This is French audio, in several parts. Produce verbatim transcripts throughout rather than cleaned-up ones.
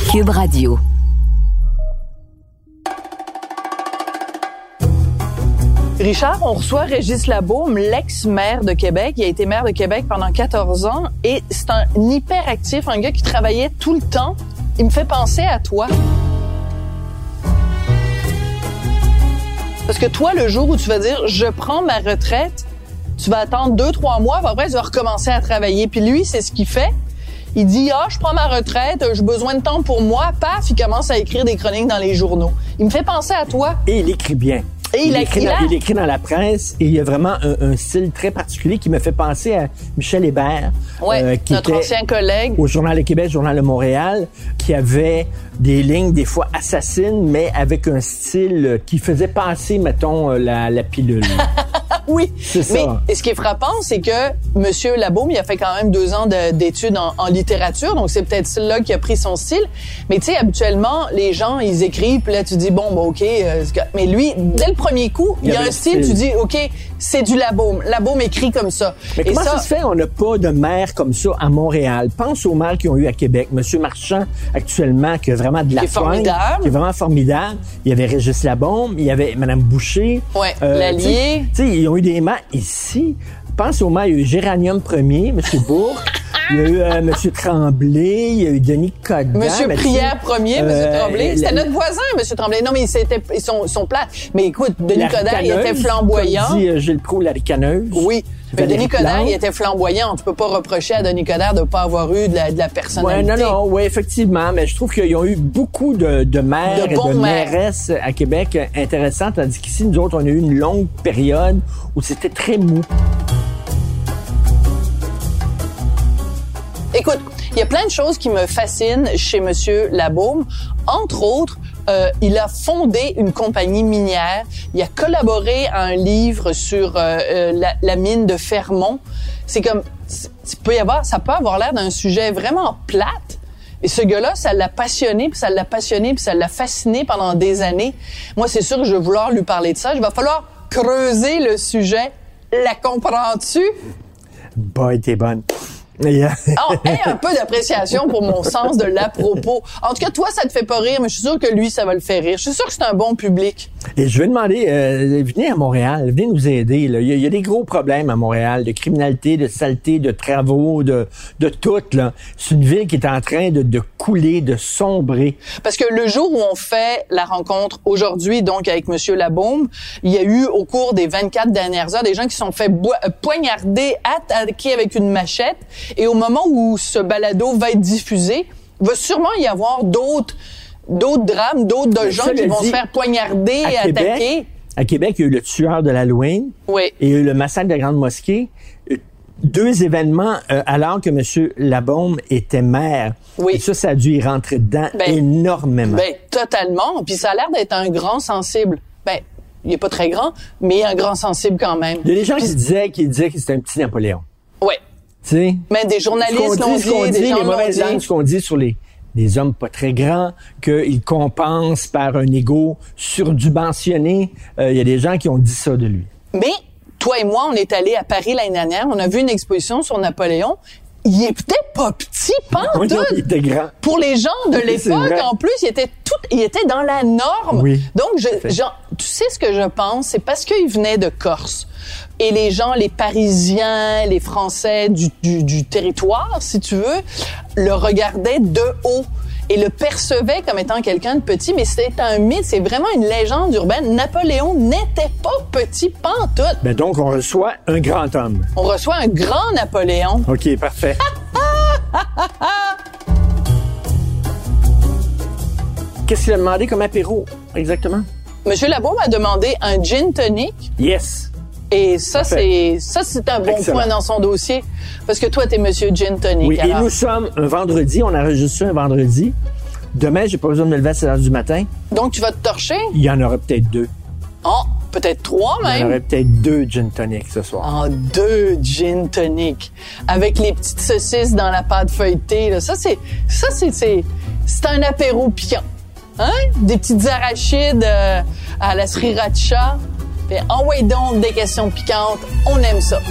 Cube Radio. Richard, on reçoit Régis Labaume, l'ex-maire de Québec. Il a été maire de Québec pendant quatorze ans et c'est un hyperactif, un gars qui travaillait tout le temps. Il me fait penser à toi. Parce que toi, le jour où tu vas dire « je prends ma retraite », tu vas attendre deux, trois mois, après tu vas recommencer à travailler. Puis lui, c'est ce qu'il fait. Il dit « ah, je prends ma retraite, j'ai besoin de temps pour moi ». Paf, il commence à écrire des chroniques dans les journaux. Il me fait penser à toi. Et il écrit bien. Et il, il, a, écrit il, a... dans, il écrit dans la presse et il a vraiment un, un style très particulier qui me fait penser à Michel Hébert, ouais, euh, qui notre était ancien collègue au Journal de Québec, Journal de Montréal, qui avait des lignes des fois assassines, mais avec un style qui faisait passer, mettons, la, la pilule. Oui, c'est ça. Mais ce qui est frappant, c'est que M. Labaume, il a fait quand même deux ans de, d'études en, en littérature, donc c'est peut-être là qui a pris son style. Mais tu sais, habituellement, les gens, ils écrivent, puis là, tu dis, bon, bah, OK. Euh, mais lui, dès le premier coup, il, il y a un style, style, tu dis, OK, c'est du Labaume. Labaume écrit comme ça. Mais Et comment ça, ça se fait, on n'a pas de maire comme ça à Montréal? Pense aux maires qu'ils ont eu à Québec. Monsieur Marchand, actuellement, qui a vraiment de la pointe, qui est vraiment formidable. Il y avait Régis Labaume, il y avait Mme Boucher. Ouais, euh, Lallier. Tu sais, ils ont eu des maires ici. Pense aux maires, il y a eu Géranium Premier, M. Bourque. Il y a eu euh, M. Tremblay, il y a eu Denis Coderre. M. Prière Premier, M. Euh, Tremblay. C'était la, notre voisin, M. Tremblay. Non, mais c'était, ils sont, sont plats. Mais écoute, Denis Coderre, il était flamboyant. Comme dit euh, Gilles Proulx, la ricaneuse. Oui. Mais Denis Coderre, il était flamboyant. Tu peux pas reprocher à Denis Coderre de pas avoir eu de la, de la personnalité. Ouais, non, non, oui, effectivement. Mais je trouve qu'ils ont eu beaucoup de, de maires de et bons de maires. mairesses à Québec intéressants, tandis qu'ici, nous autres, on a eu une longue période où c'était très mou. Écoute, il y a plein de choses qui me fascinent chez M. Labaume. Entre autres, euh, il a fondé une compagnie minière. Il a collaboré à un livre sur euh, euh, la, la mine de Fermont. C'est comme, c'est, peut y avoir, ça peut avoir l'air d'un sujet vraiment plate. Et ce gars-là, ça l'a passionné, puis ça l'a passionné, puis ça l'a fasciné pendant des années. Moi, c'est sûr que je vais vouloir lui parler de ça. Il va falloir creuser le sujet. La comprends-tu? Boy, t'es bonne. Yeah. Oh, hey, un peu d'appréciation pour mon sens de l'à-propos. En tout cas, toi, ça te fait pas rire, mais je suis sûr que lui, ça va le faire rire. Je suis sûr que c'est un bon public. Et je vais demander, euh, venez à Montréal, venez nous aider. Là. Il, y a, il y a des gros problèmes à Montréal, de criminalité, de saleté, de travaux, de, de tout. Là. C'est une ville qui est en train de, de couler, de sombrer. Parce que le jour où on fait la rencontre aujourd'hui, donc avec M. Labaume, il y a eu au cours des vingt-quatre dernières heures des gens qui se sont fait bo- poignarder, attaquer avec une machette. Et au moment où ce balado va être diffusé, il va sûrement y avoir d'autres, d'autres drames, d'autres de gens qui vont dit, se faire poignarder et Québec, attaquer. À Québec, il y a eu le tueur de l'Halloween. Oui. Et il y a eu le massacre de la Grande Mosquée. Deux événements euh, alors que M. Labaume était maire. Oui. Et ça, ça a dû y rentrer dedans ben, énormément. Ben, totalement. Puis ça a l'air d'être un grand sensible. Ben, il est pas très grand, mais un grand sensible quand même. Il y a des gens Puis, qui disaient, qui disaient que c'était un petit Napoléon. Oui. Tu sais? Mais des journalistes l'ont dit, dit, des dit, gens les mauvaises l'ont dit. langues, ce qu'on dit sur les, les hommes pas très grands, qu'ils compensent par un ego surdimensionné. Il euh, y a des gens qui ont dit ça de lui. Mais toi et moi, on est allés à Paris l'année dernière. On a vu une exposition sur Napoléon. Il était pas petit, pantoute. Oui, il était grand. Pour les gens de l'époque, en plus, il était tout, il était dans la norme. Oui. Donc, je, genre, tu sais ce que je pense, c'est parce qu'il venait de Corse. Et les gens, les Parisiens, les Français du, du, du territoire, si tu veux, le regardaient de haut et le percevaient comme étant quelqu'un de petit, mais c'est un mythe, c'est vraiment une légende urbaine. Napoléon n'était pas petit pantoute. Ben donc, on reçoit un grand homme. On reçoit un grand Napoléon. OK, parfait. Qu'est-ce qu'il a demandé comme apéro, exactement? Monsieur Labaume a demandé un gin tonic. Yes. Et ça, c'est ça, c'est un bon Excellent. Point dans son dossier. Parce que toi, t'es Monsieur Gin Tonic. Oui, alors. Et nous sommes un vendredi. On enregistre un vendredi. Demain, j'ai pas besoin de me lever à sept heures du matin. Donc, tu vas te torcher? Il y en aura peut-être deux. Oh, peut-être trois même? Il y en aurait peut-être deux gin tonic ce soir. Oh, deux gin tonic. Avec les petites saucisses dans la pâte feuilletée. Là. Ça, c'est, ça c'est, c'est, c'est un apéro piquant. Hein? Des petites arachides euh, à la sriracha. Envoyez donc des questions piquantes. On aime ça.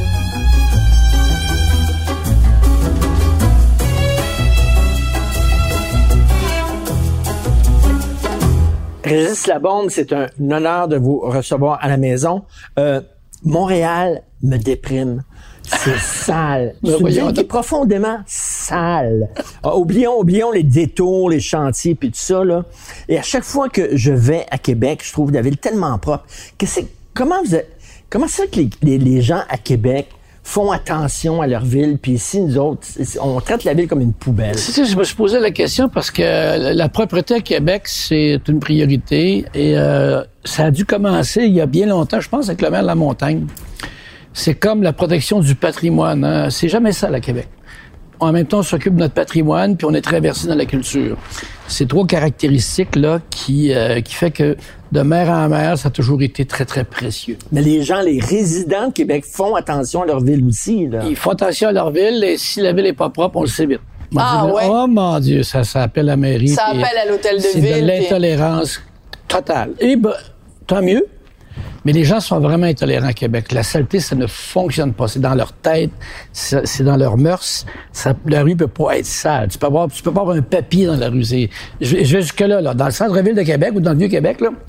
Régis Labaume, c'est un honneur de vous recevoir à la maison. Euh, Montréal me déprime. C'est sale. C'est une ville qui est profondément sale. Ah, oublions, oublions les détours, les chantiers, puis tout ça, là. Et à chaque fois que je vais à Québec, je trouve la ville tellement propre. Que c'est, comment vous êtes, comment c'est que les, les, les gens à Québec font attention à leur ville, puis ici, nous autres, on traite la ville comme une poubelle. Tu sais, je me suis posé la question parce que la propreté à Québec, c'est une priorité et euh, ça a dû commencer il y a bien longtemps, je pense, avec le maire de la Montagne. C'est comme la protection du patrimoine. Hein? C'est jamais ça, à Québec. En même temps, on s'occupe de notre patrimoine, puis on est très versé dans la culture. C'est trois caractéristiques là qui euh, qui fait que de mer en mer, ça a toujours été très, très précieux. Mais les gens, les résidents de Québec font attention à leur ville aussi, là. Ils font attention à leur ville, et si la ville est pas propre, on le sait vite. Moi, ah dis, ouais? Oh mon Dieu, ça, ça appelle la mairie. Ça appelle à l'hôtel de c'est ville. C'est de l'intolérance puis... totale. Et ben, tant mieux. Mais les gens sont vraiment intolérants à Québec. La saleté, ça ne fonctionne pas. C'est dans leur tête, c'est, c'est dans leurs mœurs. Ça, la rue peut pas être sale. Tu peux avoir, tu peux pas avoir un papier dans la rue. C'est, je, je vais jusque-là, là. Dans le centre-ville de Québec ou dans le Vieux-Québec, là,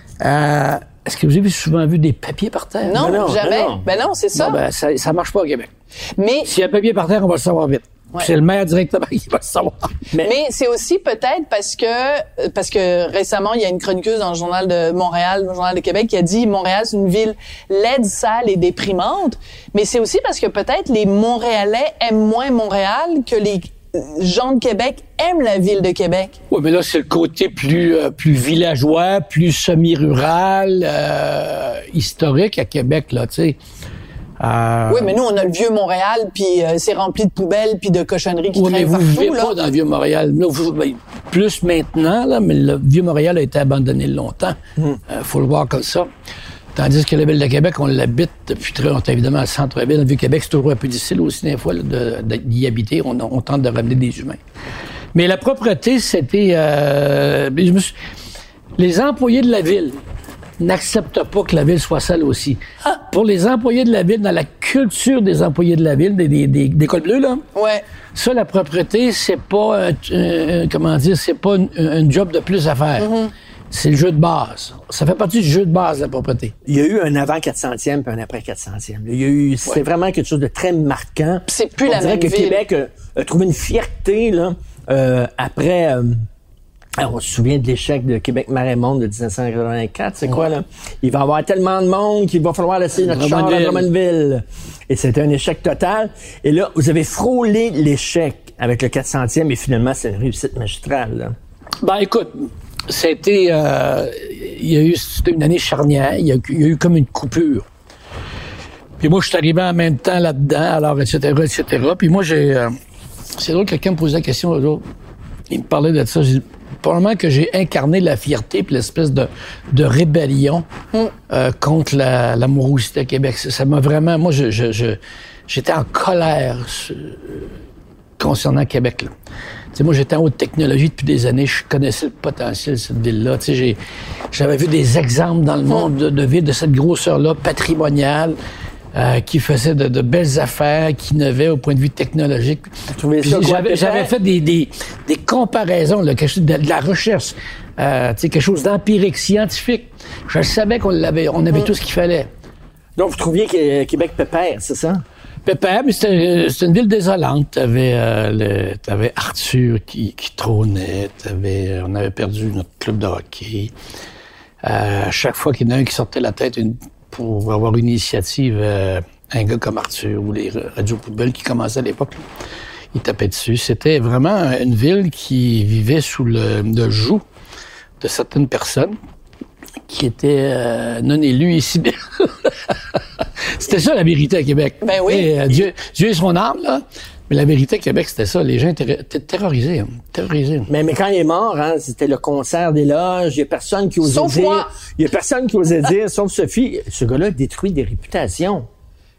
euh, est-ce que vous avez souvent vu des papiers par terre? Non, non jamais. Non, non. Ben non, c'est ça. Bon, ben, ça. Ça marche pas au Québec. Mais s'il y a un papier par terre, on va le savoir vite. Ouais. C'est le maire directement qui va le savoir. Mais, Mais c'est aussi peut-être parce que parce que récemment, il y a une chroniqueuse dans le Journal de Montréal, le Journal de Québec, qui a dit Montréal, c'est une ville laide, sale et déprimante. Mais c'est aussi parce que peut-être les Montréalais aiment moins Montréal que les gens de Québec aiment la ville de Québec. Oui, mais là, c'est le côté plus euh, plus villageois, plus semi-rural, euh, historique à Québec, là, tu sais. Euh... Oui, mais nous, on a le vieux Montréal, puis euh, c'est rempli de poubelles, puis de cochonneries qui oui, traînent mais partout. Vous ne vivez là. pas dans le vieux Montréal. Là, vous, ben, plus maintenant, là, mais le vieux Montréal a été abandonné longtemps. Il mm. euh, faut le voir comme ça. Tandis que la ville de Québec, on l'habite depuis très longtemps. Évidemment, le centre-ville, le Vieux-Québec, c'est toujours un peu difficile aussi, des fois, là, de, de, d'y habiter. On, on tente de ramener des humains. Mais la propreté, c'était... Euh, je me suis... Les employés de la ville n'acceptent pas que la ville soit sale aussi. Ah. Pour les employés de la ville, dans la culture des employés de la ville, des, des, des, des cols bleus, là, ouais. ça, la propreté, c'est pas, un, un, comment dire, c'est pas un, un job de plus à faire. Mm-hmm. C'est le jeu de base. Ça fait partie du jeu de base, la propreté. Il y a eu un avant quatre centième puis un après quatre centième. Il y a eu, c'est ouais. vraiment quelque chose de très marquant. C'est plus On la dirait même que ville. Québec a, a trouvé une fierté, là, euh, après, euh, alors, on se souvient de l'échec de Québec-Marais-Monde de dix-neuf cent quatre-vingt-quatre. C'est ouais. quoi, là? Il va y avoir tellement de monde qu'il va falloir laisser notre char à Drummondville. Et c'était un échec total. Et là, vous avez frôlé l'échec avec le quatre centième et finalement, c'est une réussite magistrale, là. Ben, écoute, c'était, euh, il y a eu, c'était une année charnière. Il y a, il y a eu comme une coupure. Puis moi, je suis arrivé en même temps là-dedans, alors, et cetera, et cetera. Puis moi, j'ai, euh, c'est drôle, quelqu'un me posait la question l'autre jour. Il me parlait de ça. J'ai dit, probablement que j'ai incarné la fierté puis l'espèce de, de rébellion mm. euh, contre la, la morosité à Québec. Ça, ça m'a vraiment... Moi, je, je, je, j'étais en colère euh, concernant Québec, là. Tu sais, moi, j'étais en haute technologie depuis des années. Je connaissais le potentiel de cette ville-là. Tu sais, j'ai, j'avais vu des exemples dans le monde de, de villes de cette grosseur-là, patrimoniale, Euh, qui faisait de, de belles affaires, qui innovaient au point de vue technologique. Puis j'avais, j'avais fait des, des, des comparaisons, là, quelque chose de, de la recherche, euh, tu sais, quelque chose d'empirique, scientifique. Je savais qu'on l'avait, on avait mmh. tout ce qu'il fallait. Donc, vous trouviez que Québec pépère, c'est ça? Pépère, mais c'était, c'était une ville désolante. T'avais, euh, le, t'avais Arthur qui, qui trônait, t'avais, on avait perdu notre club de hockey. Euh, à chaque fois qu'il y en a un qui sortait la tête, une pour avoir une initiative, euh, un gars comme Arthur ou les radios poubelles qui commençaient à l'époque, là, ils tapaient dessus. C'était vraiment une ville qui vivait sous le, le joug de certaines personnes qui étaient euh, non élues ici. C'était ça la vérité à Québec. Ben oui. Et, euh, Dieu, Dieu est son âme, là. Mais la vérité à Québec, c'était ça. Les gens étaient, étaient terrorisés. Hein, terrorisés. Mais, mais quand il est mort, hein, c'était le concert des loges. Il y a personne qui osait sauf dire... moi. Il y a personne qui osait dire, sauf Sophie, ce gars-là détruit des réputations.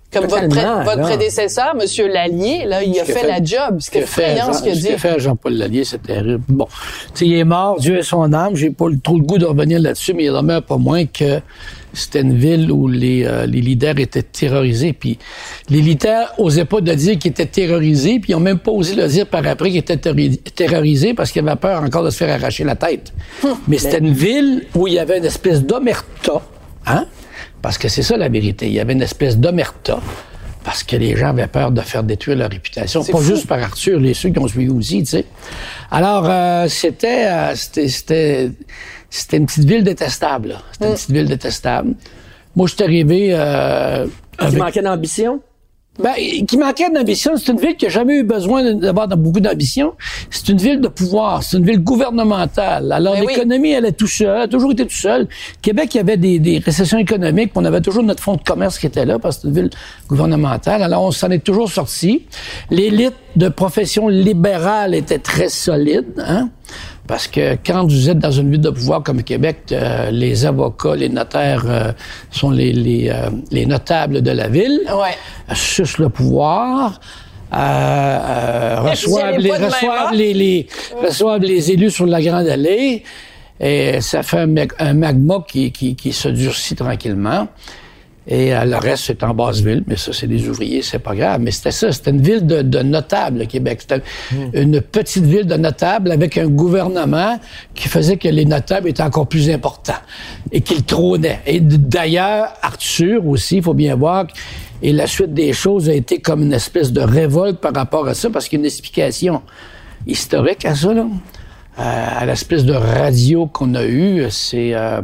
Comme votre, pré- votre là. prédécesseur, M. Lallier, là, il a fait, fait la job. Ce que fait Jean, ce qu'il a dit. Ce que fait Jean-Paul Lallier, c'est terrible. Bon, tu sais, il est mort, Dieu ait son âme. J'ai pas trop le goût de revenir là-dessus, mais il demeure pas moins que c'était une ville où les, euh, les leaders étaient terrorisés. Puis les leaders osaient pas de dire qu'ils étaient terrorisés, puis ils ont même pas osé le dire par après qu'ils étaient terri- terrorisés parce qu'ils avaient peur encore de se faire arracher la tête. Hum, mais c'était mais... une ville où il y avait une espèce d'omerta, hein? Parce que c'est ça la vérité. Il y avait une espèce d'omerta parce que les gens avaient peur de faire détruire leur réputation. C'est pas fou. Juste par Arthur, les ceux qui ont suivi aussi, tu sais. Alors, euh, c'était, euh, c'était, c'était, c'était une petite ville détestable. Là. C'était mm. une petite ville détestable. Moi, je suis arrivé... Euh, qui avec... manquait d'ambition? Ben, qui manquait d'ambition. C'est une ville qui n'a jamais eu besoin d'avoir beaucoup d'ambition. C'est une ville de pouvoir. C'est une ville gouvernementale. Alors, ben l'économie, oui. elle est tout seule. Elle a toujours été tout seule. Québec, il y avait des, des récessions économiques. On avait toujours notre fonds de commerce qui était là parce que c'est une ville gouvernementale. Alors, on s'en est toujours sorti. L'élite de profession libérale était très solide, hein. Parce que quand vous êtes dans une ville de pouvoir comme Québec, euh, les avocats, les notaires euh, sont les les, euh, les notables de la ville, ouais. sucent le pouvoir, euh, euh, reçoivent, les, reçoivent, les, les, ouais. reçoivent les élus sur la Grande Allée, et ça fait un, mag- un magma qui, qui, qui se durcit tranquillement. Et euh, le reste, c'est en Basse-Ville, mais ça, c'est des ouvriers, c'est pas grave. Mais c'était ça, c'était une ville de, de notables, Québec. C'était mmh. une petite ville de notables avec un gouvernement qui faisait que les notables étaient encore plus importants et qu'ils trônaient. Et d'ailleurs, Arthur aussi, il faut bien voir, et la suite des choses a été comme une espèce de révolte par rapport à ça, parce qu'il y a une explication historique à ça, là. Euh, à l'espèce de radio qu'on a eue, c'est... Euh,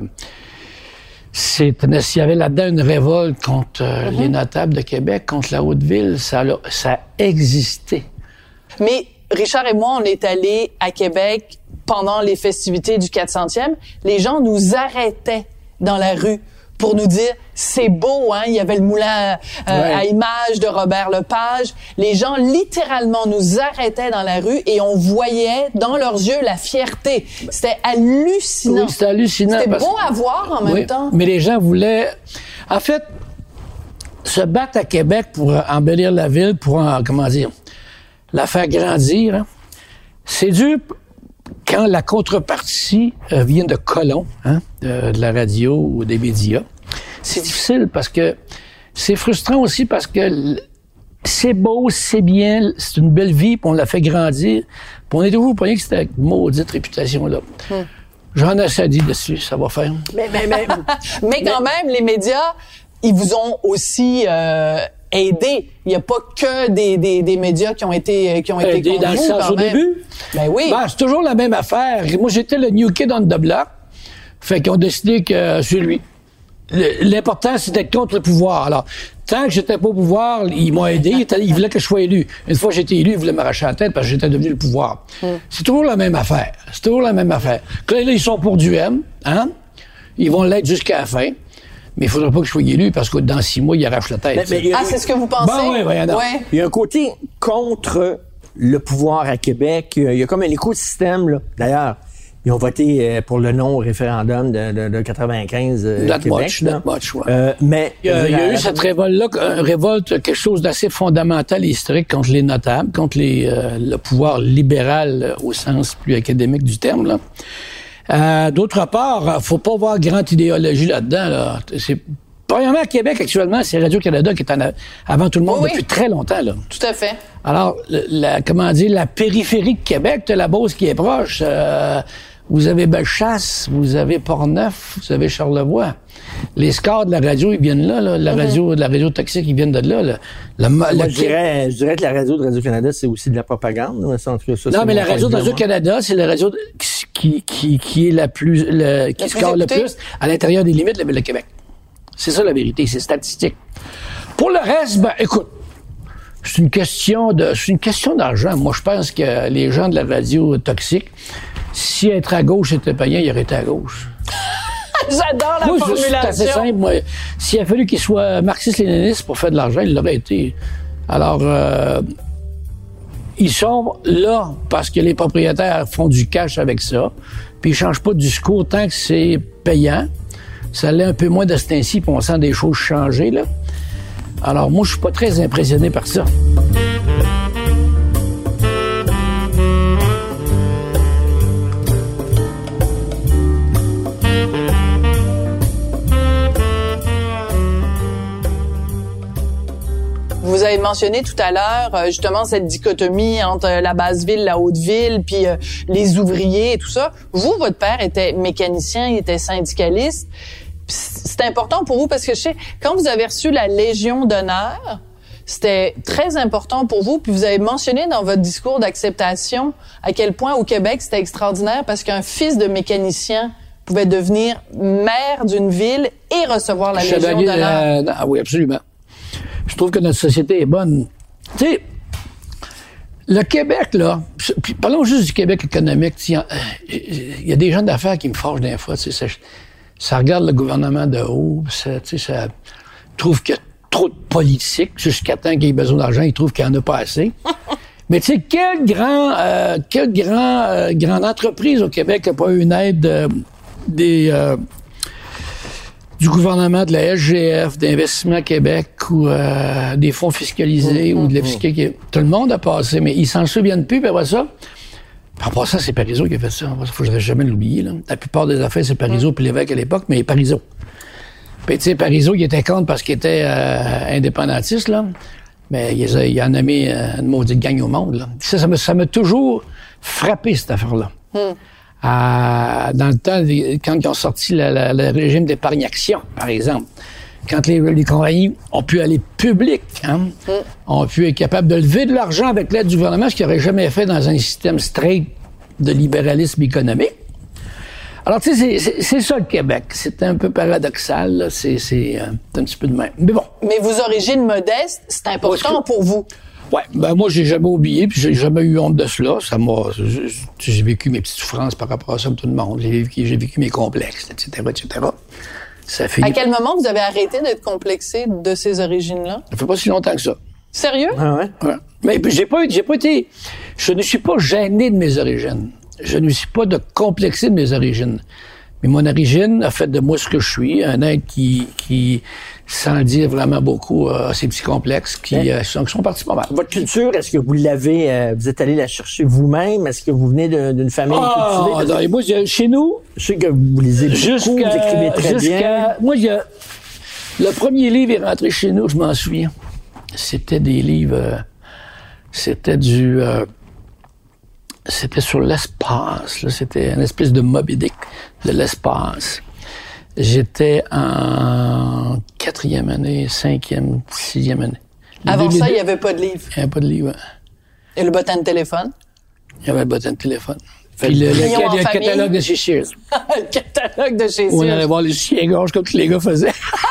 C'est, s'il y avait là-dedans une révolte contre euh, mm-hmm. les notables de Québec, contre la Haute-Ville, ça a, ça a existé. Mais Richard et moi, on est allés à Québec pendant les festivités du quatre centième. Les gens nous arrêtaient dans la rue pour nous dire « c'est beau, hein ». Il y avait le moulin euh, ouais. à images de Robert Lepage. Les gens, littéralement, nous arrêtaient dans la rue et on voyait dans leurs yeux la fierté. C'était hallucinant. Oui, c'était hallucinant. C'était beau à voir en même oui, temps. Mais les gens voulaient... En fait, se battre à Québec pour embellir la ville, pour, en, comment dire, la faire grandir, hein, c'est dur... Quand la contrepartie euh, vient de colons, hein, de, de la radio ou des médias, c'est difficile parce que c'est frustrant aussi parce que c'est beau, c'est bien, c'est une belle vie, puis on l'a fait grandir, puis on est toujours pas rien que cette maudite réputation-là. Hum. J'en ai assez dit dessus, ça va faire. Mais, mais, mais, mais quand même, les médias, ils vous ont aussi... Euh, aider. Il n'y a pas que des, des, des médias qui ont été, qui ont été aider contre dans vous, le sens au même. début? Ben oui. Ben, c'est toujours la même affaire. Moi, j'étais le new kid on the block. Fait qu'ils ont décidé que c'est lui. L'important, c'était d'être contre le pouvoir. Alors, tant que j'étais pas au pouvoir, ils m'ont aidé. Ils voulaient que je sois élu. Une fois que j'étais élu, ils voulaient m'arracher la tête parce que j'étais devenu le pouvoir. Mm. C'est toujours la même affaire. C'est toujours la même affaire. Là, là, ils sont pour du M, hein? Ils vont l'être jusqu'à la fin. Mais il faudrait pas que je sois élu parce que dans six mois, il arrache la tête. Mais, mais a... Ah, c'est ce que vous pensez? Ben, oui, oui, non. Ouais. Il y a un côté contre le pouvoir à Québec. Il y a comme un écosystème, là. D'ailleurs, ils ont voté pour le non au référendum de, de, de quatre-vingt-quinze euh, Not Québec. Much, not much, ouais. euh, mais il y a, il y a eu cette révolte-là, une révolte, quelque chose d'assez fondamental et historique contre les notables, contre les, euh, le pouvoir libéral au sens plus académique du terme, là. Euh, d'autre part, faut pas voir grande idéologie là-dedans. Là. C'est premièrement à Québec actuellement, c'est Radio-Canada qui est en a, avant tout le monde oui, depuis oui. très longtemps. Là. Tout à fait. Alors, la, comment dire, la périphérie de Québec, la Beauce qui est proche. Euh, vous avez Bellechasse, vous avez Portneuf, vous avez Charlevoix. Les scores de la radio, ils viennent là, là. La mm-hmm. radio, de la radio toxique, ils viennent de là. là. La, Moi, la, je, dirais, je dirais que la radio de Radio-Canada, c'est aussi de la propagande. Mais ça, ça, non, mais la radio de Radio-Canada, c'est la radio qui, qui, qui est la plus, le, qui la score plus le plus à l'intérieur des limites de la Ville de Québec. C'est ça la vérité, c'est statistique. Pour le reste, ben, écoute, c'est une question de, c'est une question d'argent. Moi, je pense que les gens de la radio toxique, si être à gauche était payant, ils auraient été à gauche. J'adore la moi, formulation. C'est assez simple. Moi, s'il a fallu qu'il soit marxiste-léniniste pour faire de l'argent, il l'aurait été. Alors, euh, ils sont là parce que les propriétaires font du cash avec ça. Puis ils changent pas de discours tant que c'est payant. Ça l'est un peu moins de ce temps-ci, puis on sent des choses changer, là. Alors, moi, je suis pas très impressionné par ça. Vous avez mentionné tout à l'heure euh, justement cette dichotomie entre euh, la basse ville, la haute ville, puis euh, les ouvriers et tout ça. Vous, votre père était mécanicien, il était syndicaliste. Puis c'est important pour vous parce que je sais, quand vous avez reçu la Légion d'honneur, c'était très important pour vous. Puis vous avez mentionné dans votre discours d'acceptation à quel point au Québec c'était extraordinaire parce qu'un fils de mécanicien pouvait devenir maire d'une ville et recevoir la Légion Chevalier, d'honneur. Euh, ah oui, absolument. Je trouve que notre société est bonne. Tu sais, le Québec, là, puis parlons juste du Québec économique. Il y, y a des gens d'affaires qui me fâchent des fois. Ça, ça regarde le gouvernement de haut, ça, ça trouve qu'il y a trop de politique jusqu'à temps qu'il y ait besoin d'argent, ils trouvent qu'il n'y en a pas assez. Mais tu sais, quelle grand, euh, quelle grand, euh, grande entreprise au Québec n'a pas eu une aide euh, des... Euh, du gouvernement, de la S G F, d'Investissement Québec ou euh, des fonds fiscalisés mmh, ou de la fiscalité. Tout le monde a passé, mais ils s'en souviennent plus, puis après ça. En passant, c'est Parizeau qui a fait ça. Il faut jamais l'oublier. Là. La plupart des affaires, c'est Parizeau mmh. puis l'évêque à l'époque, mais Parizeau. Puis tu sais, Parizeau, il était contre parce qu'il était euh, indépendantiste, là. Mais il a, il a nommé euh, une maudite gang au monde, là. Ça, ça m'a, ça m'a toujours frappé, cette affaire-là. Mmh. À, dans le temps, quand ils ont sorti le, le, le régime d'épargne-action, par exemple, quand les, les compagnies ont pu aller public, hein, mm. ont pu être capables de lever de l'argent avec l'aide du gouvernement, ce qu'ils n'auraient jamais fait dans un système straight de libéralisme économique. Alors, tu sais, c'est, c'est ça le Québec. C'est un peu paradoxal, là. C'est, c'est euh, un petit peu de même. Mais bon. Mais vos origines modestes, c'est important que... pour vous. Ouais, ben moi, j'ai jamais oublié, puis j'ai jamais eu honte de cela. Ça m'a, j'ai vécu mes petites souffrances par rapport à ça, comme tout le monde. J'ai vécu, j'ai vécu mes complexes, et cetera, et cetera. Ça fait... À quel moment vous avez arrêté d'être complexé de ces origines-là? Ça fait pas si longtemps que ça. Sérieux? Ah ouais? Ouais. Mais j'ai pas, j'ai pas été, je ne suis pas gêné de mes origines. Je ne suis pas de complexé de mes origines. Mais mon origine a fait de moi ce que je suis, un être qui, qui, sans dire vraiment beaucoup, a euh, ces petits complexes qui, euh, sont, qui sont partis pas mal. Votre culture, est-ce que vous l'avez, euh, vous êtes allé la chercher vous-même? Est-ce que vous venez de, d'une famille ah, cultivée? Non, moi, chez nous... Je sais que vous lisez beaucoup, vous écrivez très bien. Moi, il y a, le premier livre est rentré chez nous, je m'en souviens. C'était des livres... Euh, c'était du... Euh, c'était sur l'espace, là. C'était une espèce de Moby Dick de l'espace. J'étais en quatrième année, cinquième, sixième année. Les Avant deux, ça, deux, il n'y avait pas de livre. Il n'y avait pas de livre. Et le bottin de téléphone? Il y avait le bottin de téléphone. Puis le, le, le, le catalogue de chez Sears. Le catalogue de chez Sears. On allait voir les chiens-gorges comme tous les gars faisaient.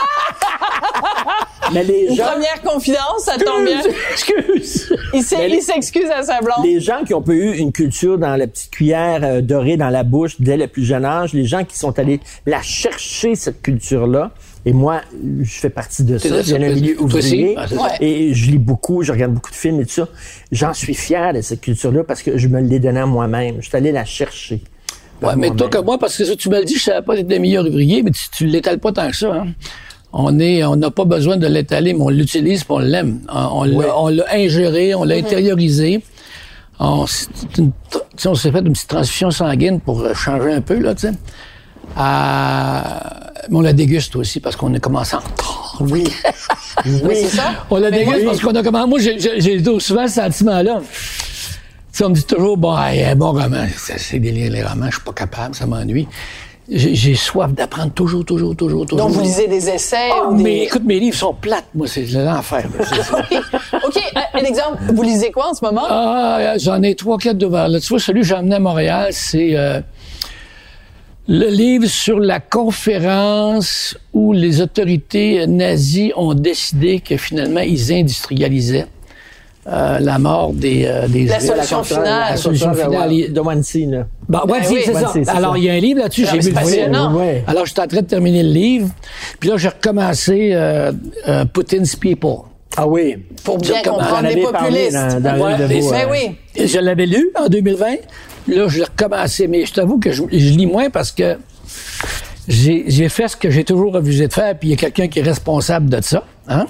Mais les Une gens... première confidence, ça tombe bien. Excuse! Il, s'est, les... il s'excuse à sa blonde. Les gens qui ont pas eu une culture dans la petite cuillère euh, dorée dans la bouche dès le plus jeune âge, les gens qui sont allés la chercher, cette culture-là, et moi, je fais partie de ça. ça j'ai un milieu ouvrier, ah, et je lis beaucoup, je regarde beaucoup de films et tout ça. J'en suis fier de cette culture-là parce que je me l'ai donnée à moi-même. Je suis allé la chercher. Ouais, mais toi comme moi, parce que ça, tu me le dis, je savais pas être le meilleur ouvrier, mais tu, tu l'étales pas tant que ça, hein. On est, on n'a pas besoin de l'étaler, mais on l'utilise puis on l'aime. On, on, ouais. l'a, on l'a ingéré, on l'a mm-hmm. intériorisé. On, une, on s'est fait une petite transfusion sanguine pour changer un peu, là, tu sais. Euh, mais on la déguste aussi parce qu'on a commencé en retard. Oui. Oui, c'est ça. On la déguste oui. parce qu'on a commencé. Moi, j'ai, j'ai, j'ai souvent ce sentiment-là. Tu sais, on me dit toujours, bon, hey, un bon roman. C'est, c'est délire, les romans, je suis pas capable, ça m'ennuie. J'ai, j'ai soif d'apprendre toujours, toujours, toujours, toujours. Donc, vous lisez des essais oh, ou des... Mais écoute, mes livres sont plates, moi, c'est l'enfer. Oui. OK, un exemple, vous lisez quoi en ce moment? Ah, j'en ai trois, quatre d'ouverts. Là, tu vois, celui que j'ai emmené à Montréal, c'est euh, le livre sur la conférence où les autorités nazies ont décidé que finalement, ils industrialisaient Euh, la mort des... Euh, des la solution la finale. La solution finale de Wannsee, là. Bon, ben Wannsee, oui, c'est Wannsee, ça. c'est Alors, ça. il y a un livre là-dessus, Non, j'ai vu le passionnant. voir. Ouais. Alors, j'étais en train de terminer le livre, puis là, j'ai recommencé euh, euh, Putin's People. Ah oui. Pour bien Je comprendre les populistes. Dans, dans ouais, de vous, Mais euh... oui. Et je l'avais lu en deux mille vingt. Là, je l'ai recommencé. Mais je t'avoue que je, je lis moins parce que j'ai, j'ai fait ce que j'ai toujours refusé de faire, puis il y a quelqu'un qui est responsable de ça. Hein?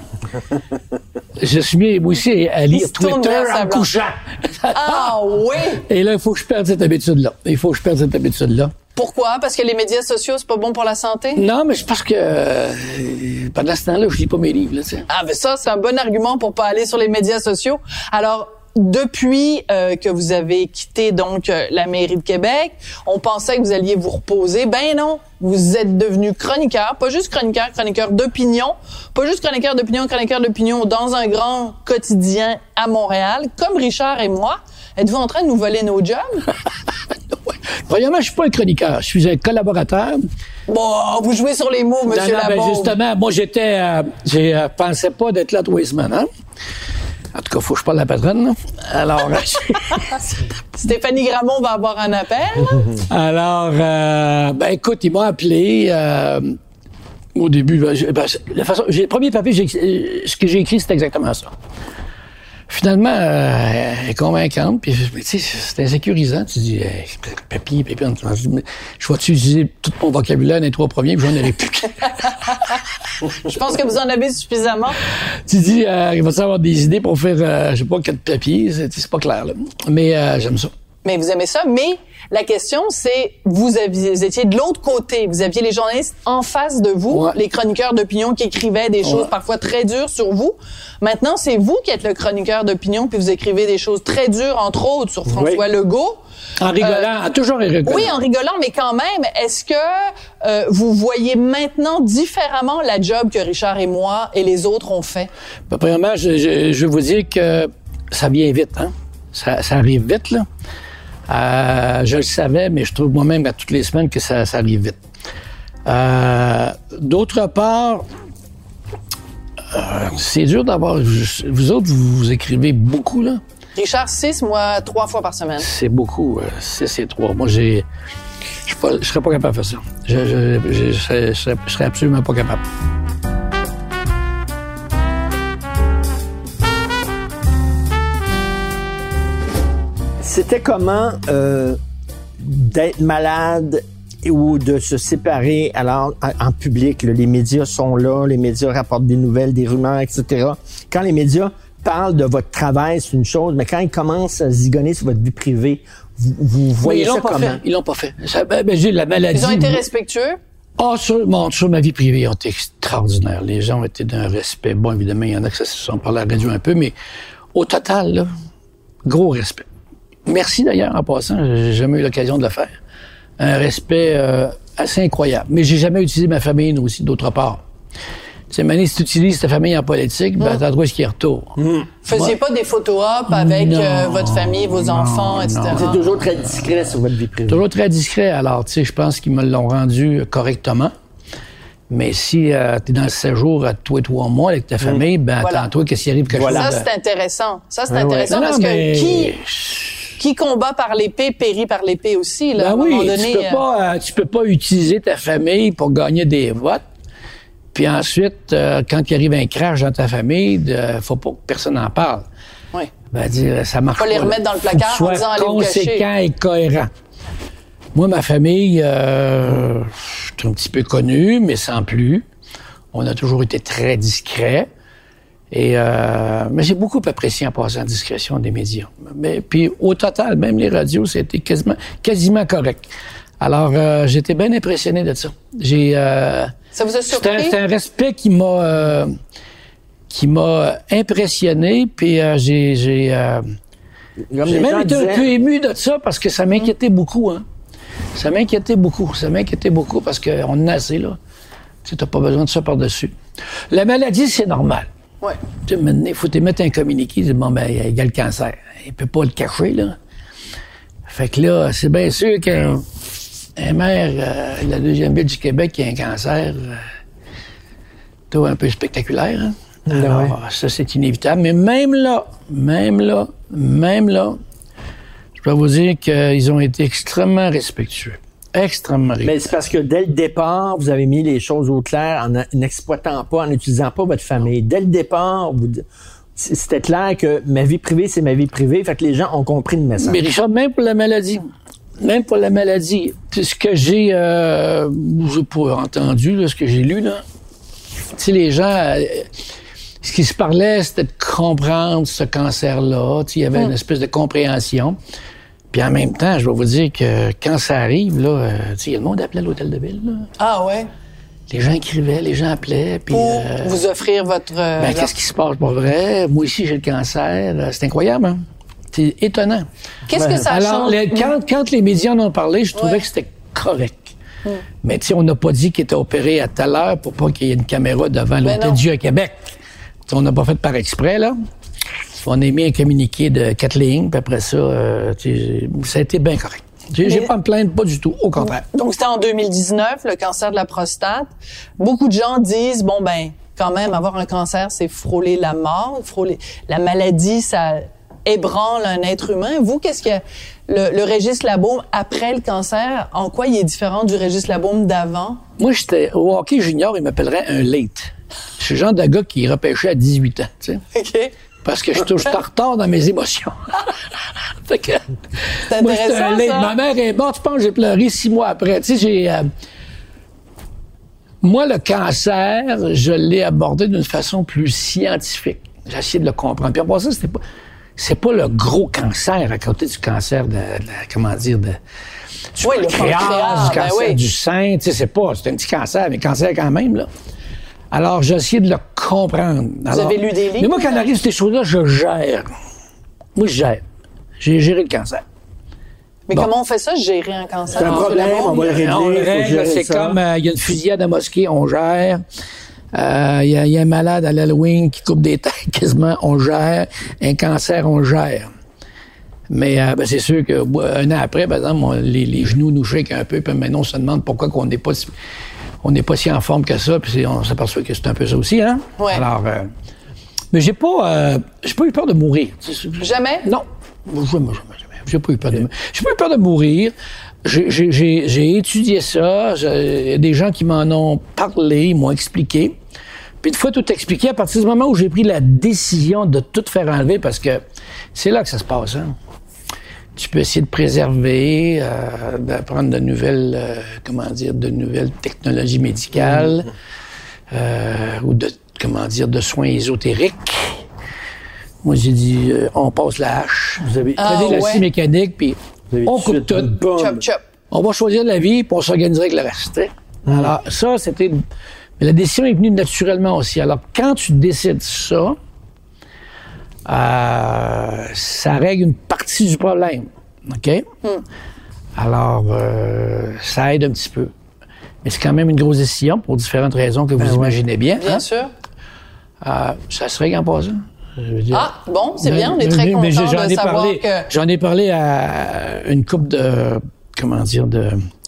Je suis mis, moi aussi, à lire Twitter en couchant. Ah oui! Et là, il faut que je perde cette habitude-là. Il faut que je perde cette habitude-là. Pourquoi? Parce que les médias sociaux, c'est pas bon pour la santé? Non, mais c'est parce que euh, pendant ce temps-là, je lis pas mes livres. Là, ah, mais ça, c'est un bon argument pour pas aller sur les médias sociaux. Alors, depuis euh, que vous avez quitté donc euh, la mairie de Québec, on pensait que vous alliez vous reposer. Ben non, vous êtes devenu chroniqueur, pas juste chroniqueur, chroniqueur d'opinion, pas juste chroniqueur d'opinion, chroniqueur d'opinion dans un grand quotidien à Montréal, comme Richard et moi. Êtes-vous en train de nous voler nos jobs? Premièrement, je suis pas un chroniqueur, je suis un collaborateur. Bon, vous jouez sur les mots, Monsieur Labaume. Ben justement, moi j'étais, euh, je euh, pensais pas d'être là tous les semaines, hein? En tout cas, faut que je parle à la patronne, là. Alors, Stéphanie Gramont va avoir un appel. Alors, euh, ben écoute, il m'a appelé euh, au début. Ben, ben, la façon, j'ai, le premier papier, j'ai, ce que j'ai écrit, c'est exactement ça. Finalement, euh, elle est convaincante, puis tu sais, c'est insécurisant. Tu dis, hey, papier, papier, je vais utiliser tout mon vocabulaire dans les trois premiers, puis j'en aurai plus. Je pense que vous en avez suffisamment. Tu dis, euh, il va avoir des idées pour faire, euh, je sais pas, quatre papiers, c'est, c'est pas clair, là. Mais euh, j'aime ça. Mais vous aimez ça, mais la question, c'est, vous, aviez, vous étiez de l'autre côté. Vous aviez les journalistes en face de vous, ouais. Les chroniqueurs d'opinion qui écrivaient des choses ouais. parfois très dures sur vous. Maintenant, c'est vous qui êtes le chroniqueur d'opinion, puis vous écrivez des choses très dures, entre autres, sur François oui. Legault. En rigolant, euh, toujours en rigolant. Oui, en rigolant, mais quand même, est-ce que euh, vous voyez maintenant différemment la job que Richard et moi et les autres ont fait? Ben, premièrement, je, je, je veux vous dire que ça vient vite, hein? Ça, ça arrive vite, là. Euh, je le savais, mais je trouve moi-même à toutes les semaines que ça, ça arrive vite. Euh, d'autre part, euh, c'est dur d'avoir... Vous autres, vous, vous écrivez beaucoup, là. Richard, six, moi, trois fois par semaine. C'est beaucoup, euh, six et trois. Moi, j'ai... Je ne serais pas capable de faire ça. Je, je, je, je, serais, je, serais, je serais absolument pas capable. C'était comment euh, d'être malade ou de se séparer alors en, en public? Là, les médias sont là, les médias rapportent des nouvelles, des rumeurs, et cetera. Quand les médias parlent de votre travail, c'est une chose, mais quand ils commencent à zigonner sur votre vie privée, vous, vous voyez oui, ça comment? Fait. Ils l'ont pas fait. Ça, ben, ben, j'ai la maladie. Ils ont été respectueux? Ah, oh, sur, bon, sur ma vie privée, ils ont été extraordinaires. Les gens ont été d'un respect. Bon, évidemment, il y en a qui se sont parlé à la radio un peu, mais au total, là, gros respect. Merci d'ailleurs, en passant, j'ai jamais eu l'occasion de le faire. Un respect euh, assez incroyable. Mais j'ai jamais utilisé ma famille, nous aussi, d'autre part. Tu sais, Mané, si tu utilises ta famille en politique, ben, mmh. t'as le droit à ce qu'il retourne. Mmh. Faisiez ouais. pas des photos op avec non, euh, votre famille, vos non, enfants, et cetera. C'est toujours très discret sur votre vie privée. Toujours très discret. Alors, tu sais, je pense qu'ils me l'ont rendu correctement. Mais si euh, tu es dans le séjour à toi et trois mois avec ta famille, mmh. ben voilà. Attends-toi qu'est-ce qui arrive quelque voilà. chose. Ça, c'est intéressant. Ça, c'est ah, intéressant ouais. parce non, que qui... Qui combat par l'épée périt par l'épée aussi. Là, ben à un oui, moment donné, tu peux pas, euh, tu peux pas utiliser ta famille pour gagner des votes. Puis ensuite, euh, quand il arrive un crash dans ta famille, il faut pas que personne n'en parle. Oui. Ben dire, ça marche pas. Faut les remettre dans le placard en disant allez vous cacher. Conséquent et cohérent. Moi, ma famille, euh, je suis un petit peu connu, mais sans plus. On a toujours été très discret. Et euh, mais j'ai beaucoup apprécié en passant la discrétion des médias. Mais puis au total, même les radios, c'était quasiment quasiment correct. Alors euh, j'étais bien impressionné de ça. J'ai euh, ça vous a surpris? C'est un, c'est un respect qui m'a euh, qui m'a impressionné. Puis euh, j'ai j'ai, euh, j'ai même été disaient... un peu ému de ça parce que ça m'inquiétait mmh. beaucoup. Hein. Ça m'inquiétait beaucoup. Ça m'inquiétait beaucoup parce qu'on en a assez là. Tu sais, t'as pas besoin de ça par-dessus. La maladie, c'est normal. Ouais. Tu sais, maintenant, il faut te mettre un communiqué, dire, bon, ben, il y a le cancer. Il peut pas le cacher, là. Fait que là, c'est bien sûr qu'un un maire euh, de la deuxième ville du Québec qui a un cancer, euh, tout un peu spectaculaire, hein? Alors, ouais. Ça, c'est inévitable. Mais même là, même là, même là, je peux vous dire qu'ils ont été extrêmement respectueux. Extrêmement rigide. Mais c'est parce que dès le départ, vous avez mis les choses au clair en n'exploitant pas, en n'utilisant pas votre famille. Dès le départ, vous, c'était clair que ma vie privée, c'est ma vie privée. Fait que les gens ont compris le message. Mais Richard, même pour la maladie, même pour la maladie, ce que j'ai euh, j'ai pas entendu, là, ce que j'ai lu, là, tu sais, les gens, euh, ce qui se parlait, c'était de comprendre ce cancer-là. Tu sais, il y avait mm. une espèce de compréhension. Puis en même temps, je vais vous dire que quand ça arrive, là, euh, tu sais, le monde appelait à l'hôtel de ville. Là. Ah ouais? Les gens écrivaient, les gens appelaient. Puis, pour euh, vous offrir votre... Euh, ben, qu'est-ce qui se passe pour vrai? Moi aussi, j'ai le cancer. C'est incroyable, hein? C'est étonnant. Qu'est-ce ben, que ça alors, change? Les, quand, quand les médias en ont parlé, je trouvais ouais. que c'était correct. Mm. Mais tu sais, on n'a pas dit qu'il était opéré à telle heure pour pas qu'il y ait une caméra devant ben l'Hôtel Dieu à Québec. T'sais, on n'a pas fait par exprès, là. On a mis un communiqué de quatre lignes, puis après ça, euh, ça a été bien correct. J'ai, j'ai pas à me plaindre, pas du tout, au contraire. Donc, c'était en deux mille dix-neuf, le cancer de la prostate. Beaucoup de gens disent, bon, ben, quand même, avoir un cancer, c'est frôler la mort, frôler la maladie, ça ébranle un être humain. Vous, qu'est-ce que le, le Régis Labaume, après le cancer, en quoi il est différent du Régis Labaume d'avant? Moi, j'étais au hockey junior, il m'appellerait un late. Je suis le genre de gars qui repêchait à dix-huit ans, tu sais. OK. Parce que je suis toujours en retard dans mes émotions. Fait que, c'est moi, intéressant, un late. ça. Ma mère est morte, je pense que j'ai pleuré six mois après. Tu sais, j'ai... Euh, moi, le cancer, je l'ai abordé d'une façon plus scientifique. J'ai essayé de le comprendre. Puis après ça, c'était pas... C'est pas le gros cancer à côté du cancer de, de comment dire, de... Du oui, le pancréas, pancréas, du cancer ben oui. du sein. Tu sais, c'est pas... C'est un petit cancer, mais cancer quand même, là. Alors, j'ai essayé de le comprendre. Alors, vous avez lu des livres? Mais moi, quand arrive ces choses-là, je gère. Moi, je gère. J'ai géré le cancer. Mais bon. comment on fait ça, gérer un cancer? C'est un problème, on va le régler. On le règle, c'est ça. Comme, il euh, y a une fusillade à mosquée, on gère. Il euh, y, y a un malade à l'Halloween qui coupe des têtes, quasiment, on gère. Un cancer, on gère. Mais euh, ben, c'est sûr que euh, un an après, par exemple, on, les, les genoux nous shake un peu, puis maintenant, on se demande pourquoi qu'on n'est pas si, on n'est pas si en forme que ça, puis on s'aperçoit que c'est un peu ça aussi, hein? Ouais. Alors, euh, mais j'ai pas, euh, j'ai pas eu peur de mourir. Jamais? Non, jamais, jamais, jamais. J'ai pas eu peur de, j'ai pas eu peur de mourir. J'ai, j'ai, j'ai, j'ai étudié ça. Il y a des gens qui m'en ont parlé, ils m'ont expliqué. Puis une fois tout expliqué, à partir du moment où j'ai pris la décision de tout faire enlever, parce que c'est là que ça se passe, hein? Tu peux essayer de préserver, euh, d'apprendre de nouvelles, euh, comment dire, de nouvelles technologies médicales, mmh. euh, ou de, comment dire, de soins ésotériques. Moi, j'ai dit, euh, on passe la hache. Vous avez ah, prenez la ouais. scie mécanique, puis on coupe tout. Chop, chop. On va choisir la vie, puis on s'organiserait avec le reste. Mmh. Alors, ça, c'était... Mais la décision est venue naturellement aussi. Alors, quand tu décides ça, Euh, ça règle une partie du problème. OK? Mm. Alors, euh, ça aide un petit peu. Mais c'est quand même une grosse décision pour différentes raisons que vous ben imaginez ouais. bien. Bien hein? sûr. Euh, ça se règle en passant. Je veux dire. Ah, bon, c'est bien. On est très mais, content mais de savoir parlé, que... J'en ai parlé à une couple de... Comment dire? de...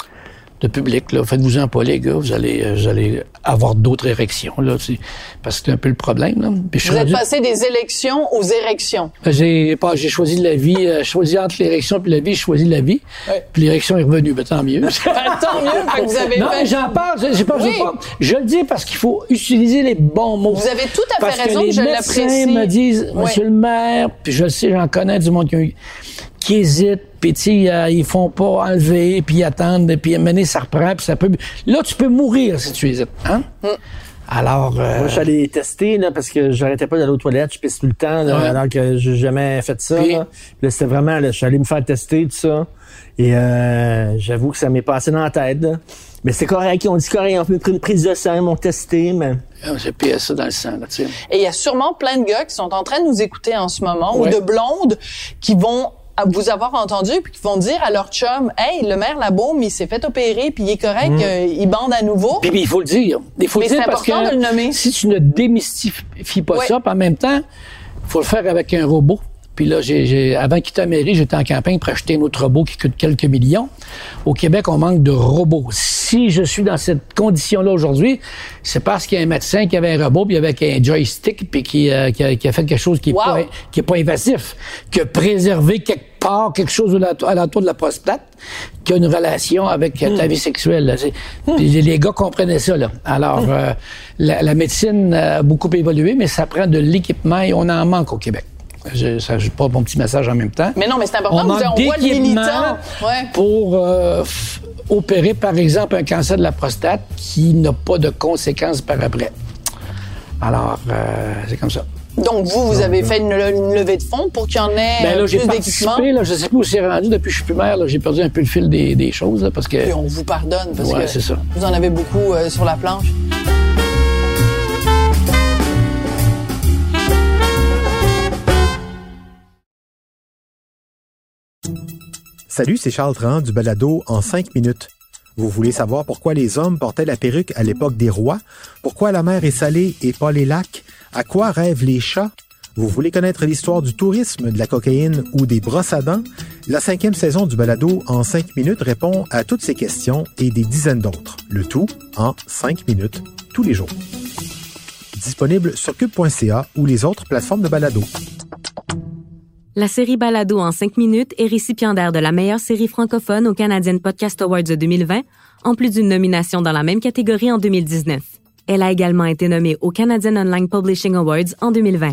de public, là. Faites-vous-en pas, les gars. Vous allez, euh, vous allez avoir d'autres érections, là. Parce que c'est un peu le problème, là. Puis je vous êtes rendu... passé des élections aux érections. J'ai, pas, j'ai choisi la vie, euh, choisi entre l'érection puis la vie, j'ai choisi la vie. Ouais. Puis l'érection est revenue. Ben, tant mieux. Ben, tant mieux que vous avez non, fait... mais j'en parle. Je, pas, oui. pas, je le dis parce qu'il faut utiliser les bons mots. Vous avez tout à fait parce raison, que les je médecins l'apprécie. me disent, oui. Monsieur le maire, puis je le sais, j'en connais du monde qui, qui hésite, puis tu sais, euh, ils font pas enlever, puis ils attendent, puis à un moment donné, ça reprend, puis ça peut... Là, tu peux mourir si tu hésites, hein? Mm. Alors... Euh... Moi, je suis allé tester, là, parce que j'arrêtais pas d'aller aux toilettes, je pisse tout le temps, là, ouais. alors que j'ai jamais fait ça, puis, là. Puis là, c'était vraiment, là, je suis allé me faire tester, tout ça, et euh, j'avoue que ça m'est passé dans la tête, là. Mais c'est correct, on dit correct, on peut prendre une prise de sang, ils m'ont testé, mais... J'ai payé ça dans le sang, là, tu sais. Et il y a sûrement plein de gars qui sont en train de nous écouter en ce moment, ouais. ou de blondes qui vont vous avoir entendu puis qui vont dire à leur chum, hey, le maire Labaume, il s'est fait opérer puis il est correct, mmh. euh, il bande à nouveau. Puis il faut le dire. Il faut Mais le dire c'est parce important que de le nommer. Si tu ne démystifies pas ouais. ça, puis en même temps, il faut le faire avec un robot. Puis là, j'ai, j'ai, avant de quitter la mairie, j'étais en campagne pour acheter un autre robot qui coûte quelques millions. Au Québec, on manque de robots. Si je suis dans cette condition-là aujourd'hui, c'est parce qu'il y a un médecin qui avait un robot, puis avec un joystick, puis qui, euh, qui, a, qui a fait quelque chose qui est wow. pas qui est pas invasif, que préserver quelque part quelque chose à l'entour de la prostate, qui a une relation avec mmh. ta vie sexuelle. Là. Mmh. Puis les gars comprenaient ça. Là. Alors, mmh. euh, la, la médecine a beaucoup évolué, mais ça prend de l'équipement et on en manque au Québec. Je, ça, je porte mon petit message en même temps. Mais non, mais c'est important. On manque on voit le militant ouais. pour euh, f- opérer, par exemple, un cancer de la prostate qui n'a pas de conséquences par après. Alors, euh, c'est comme ça. Donc, vous, vous avez fait une, une levée de fonds pour qu'il y en ait ben là, plus j'ai d'équipements? participé, là, je sais pas où c'est rendu depuis que je suis plus maire. Là, j'ai perdu un peu le fil des, des choses, là, parce que... Et on vous pardonne, parce ouais, que c'est ça. Vous en avez beaucoup euh, sur la planche. Salut, c'est Charles Tran du balado En cinq minutes. Vous voulez savoir pourquoi les hommes portaient la perruque à l'époque des rois? Pourquoi la mer est salée et pas les lacs? À quoi rêvent les chats? Vous voulez connaître l'histoire du tourisme, de la cocaïne ou des brosses à dents? La cinquième saison du balado En cinq minutes répond à toutes ces questions et des dizaines d'autres. Le tout en cinq minutes, tous les jours. Disponible sur cube point c a ou les autres plateformes de balado. La série Balado en cinq minutes est récipiendaire de la meilleure série francophone au Canadian Podcast Awards de deux mille vingt, en plus d'une nomination dans la même catégorie en deux mille dix-neuf. Elle a également été nommée au Canadian Online Publishing Awards en deux mille vingt.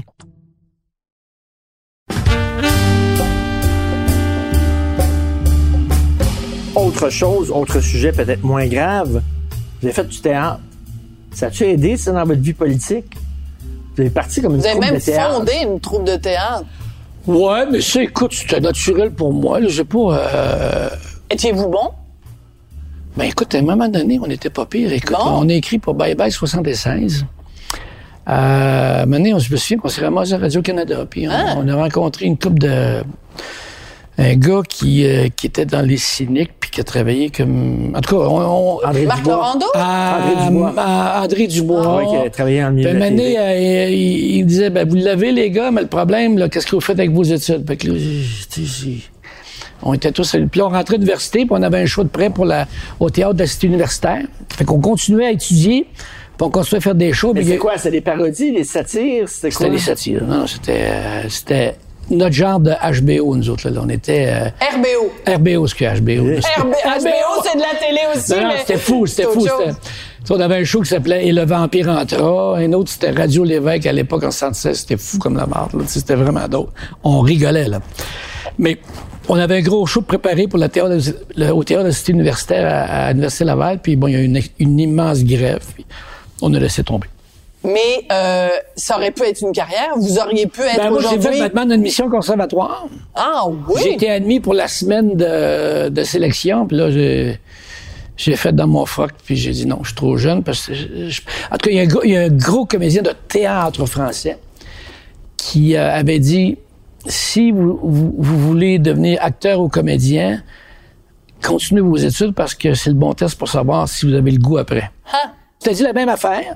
Autre chose, autre sujet peut-être moins grave, vous avez fait du théâtre. Ça a-tu aidé, ça, dans votre vie politique? Vous avez parti comme une Vous avez troupe même de théâtre. fondé une troupe de théâtre. Ouais, mais ça, écoute, c'était naturel pour moi. Là, j'ai pas... Euh... Étiez-vous bon? Ben écoute, à un moment donné, on n'était pas pire. Écoute, bon. on a écrit pour Bye Bye soixante-seize. Euh, à un moment donné, on se souvient qu'on s'est ramassé à Radio-Canada. Puis on, ah. on a rencontré une couple de... Un gars qui, euh, qui était dans les cyniques puis qui a travaillé comme... En tout cas, on... on André Marc Dubois. Laurando? À, André Dubois. à André Dubois. Ah, oui, qui a travaillé en milieu Puis de la un moment donné, T V. euh, il, il disait, ben, vous l'avez, les gars, mais le problème, là, qu'est-ce que vous faites avec vos études? Fait que là, j'ai- j'ai- on était tous... Puis là, on rentrait de l'université, puis on avait un choix de prêt pour la, au théâtre de la cité universitaire. Fait qu'on continuait à étudier, puis on continuait à faire des shows. Mais puis c'est il- quoi? C'était des parodies, des satires? C'était quoi? C'était des satires. Non, c'était... euh, c'était notre genre de H B O, nous autres. Là, on était... euh, R B O. R B O, ce que H B O. R B H B O, c'est de la télé aussi, Non, non, mais... c'était fou, c'était c'est fou. autre C'était... chose. Tu sais, on avait un show qui s'appelait « Et le vampire entra ». Un autre, c'était Radio Lévesque à l'époque, en soixante-seize. C'était fou comme la marde. Là. Tu sais, c'était vraiment drôle. On rigolait, là. Mais on avait un gros show préparé pour le théâtre de, le, au théâtre de la cité universitaire à, à l'Université Laval. Puis bon, il y a eu une, une immense grève. Puis on a laissé tomber. Mais euh, ça aurait pu être une carrière. Vous auriez pu être Ben, moi, j'ai aujourd'hui... fait maintenant une admission conservatoire. Ah oui? J'ai été admis pour la semaine de, de sélection, puis là, j'ai, j'ai fait dans mon froc, puis j'ai dit non, je suis trop jeune, parce que... Je, je- en tout cas, il y, a un gros, il y a un gros comédien de théâtre français qui euh, avait dit, si vous, vous, vous voulez devenir acteur ou comédien, continuez vos études, parce que c'est le bon test pour savoir si vous avez le goût après. Ah. T'as dit la même affaire,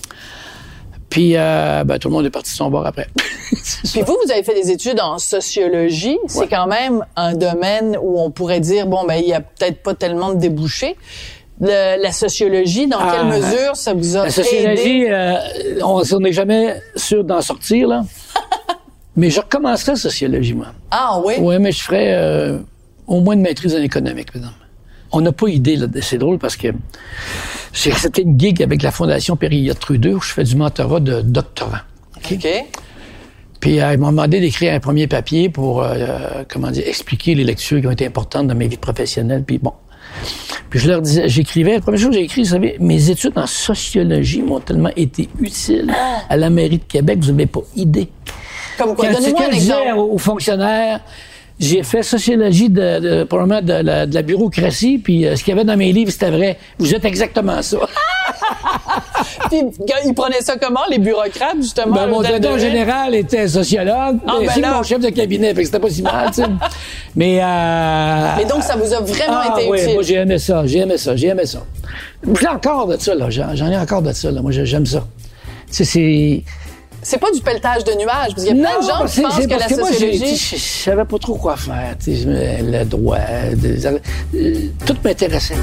puis euh, ben, tout le monde est parti de son bord après. Puis vous, vous avez fait des études en sociologie. C'est Ouais. quand même un domaine où on pourrait dire, bon, ben il y a peut-être pas tellement de débouchés. Le- la sociologie, dans Ah, quelle mesure ça vous a La sociologie, aidé? euh, on on n'est jamais sûr d'en sortir, là. Mais je recommencerai la sociologie, moi. Ah oui? Oui, mais je ferais euh, au moins une maîtrise en économique, par exemple. On n'a pas idée, là. C'est drôle parce que j'ai accepté une gig avec la Fondation Périllot-Trudeau où je fais du mentorat de doctorat. OK? OK. Puis euh, ils m'ont demandé d'écrire un premier papier pour, euh, comment dire, expliquer les lectures qui ont été importantes dans ma vie professionnelle. Puis bon. Puis je leur disais, j'écrivais, la première chose que j'ai écrit, vous savez, mes études en sociologie m'ont tellement été utiles à la mairie de Québec, vous n'avez pas idée. Comme quoi? Quand Donnez-moi quand un je disais exemple. aux, aux fonctionnaires, j'ai fait sociologie de, de, probablement de la, de la bureaucratie, puis euh, ce qu'il y avait dans mes livres, c'était vrai. Vous êtes exactement ça. Puis ils prenaient ça comment, les bureaucrates, justement? Ben, là, mon vous directeur adoraient? général était sociologue, Ah, et ben c'est là. mon chef de cabinet, fait que c'était pas si mal, tu sais. Mais, euh, Mais donc, ça vous a vraiment ah, été oui, utile. moi, j'ai aimé ça, j'ai aimé ça, j'ai aimé ça. J'ai encore de ça, là. J'en, j'en ai encore de ça, là. Moi, j'aime ça. Tu sais, c'est... C'est pas du pelletage de nuages, parce qu'il y a plein de gens parce qui pensent j'ai- que la parce moi, j'ai- sociologie... je je savais pas trop quoi faire. Tu sais, je- le droit, des- euh, tout m'intéressait.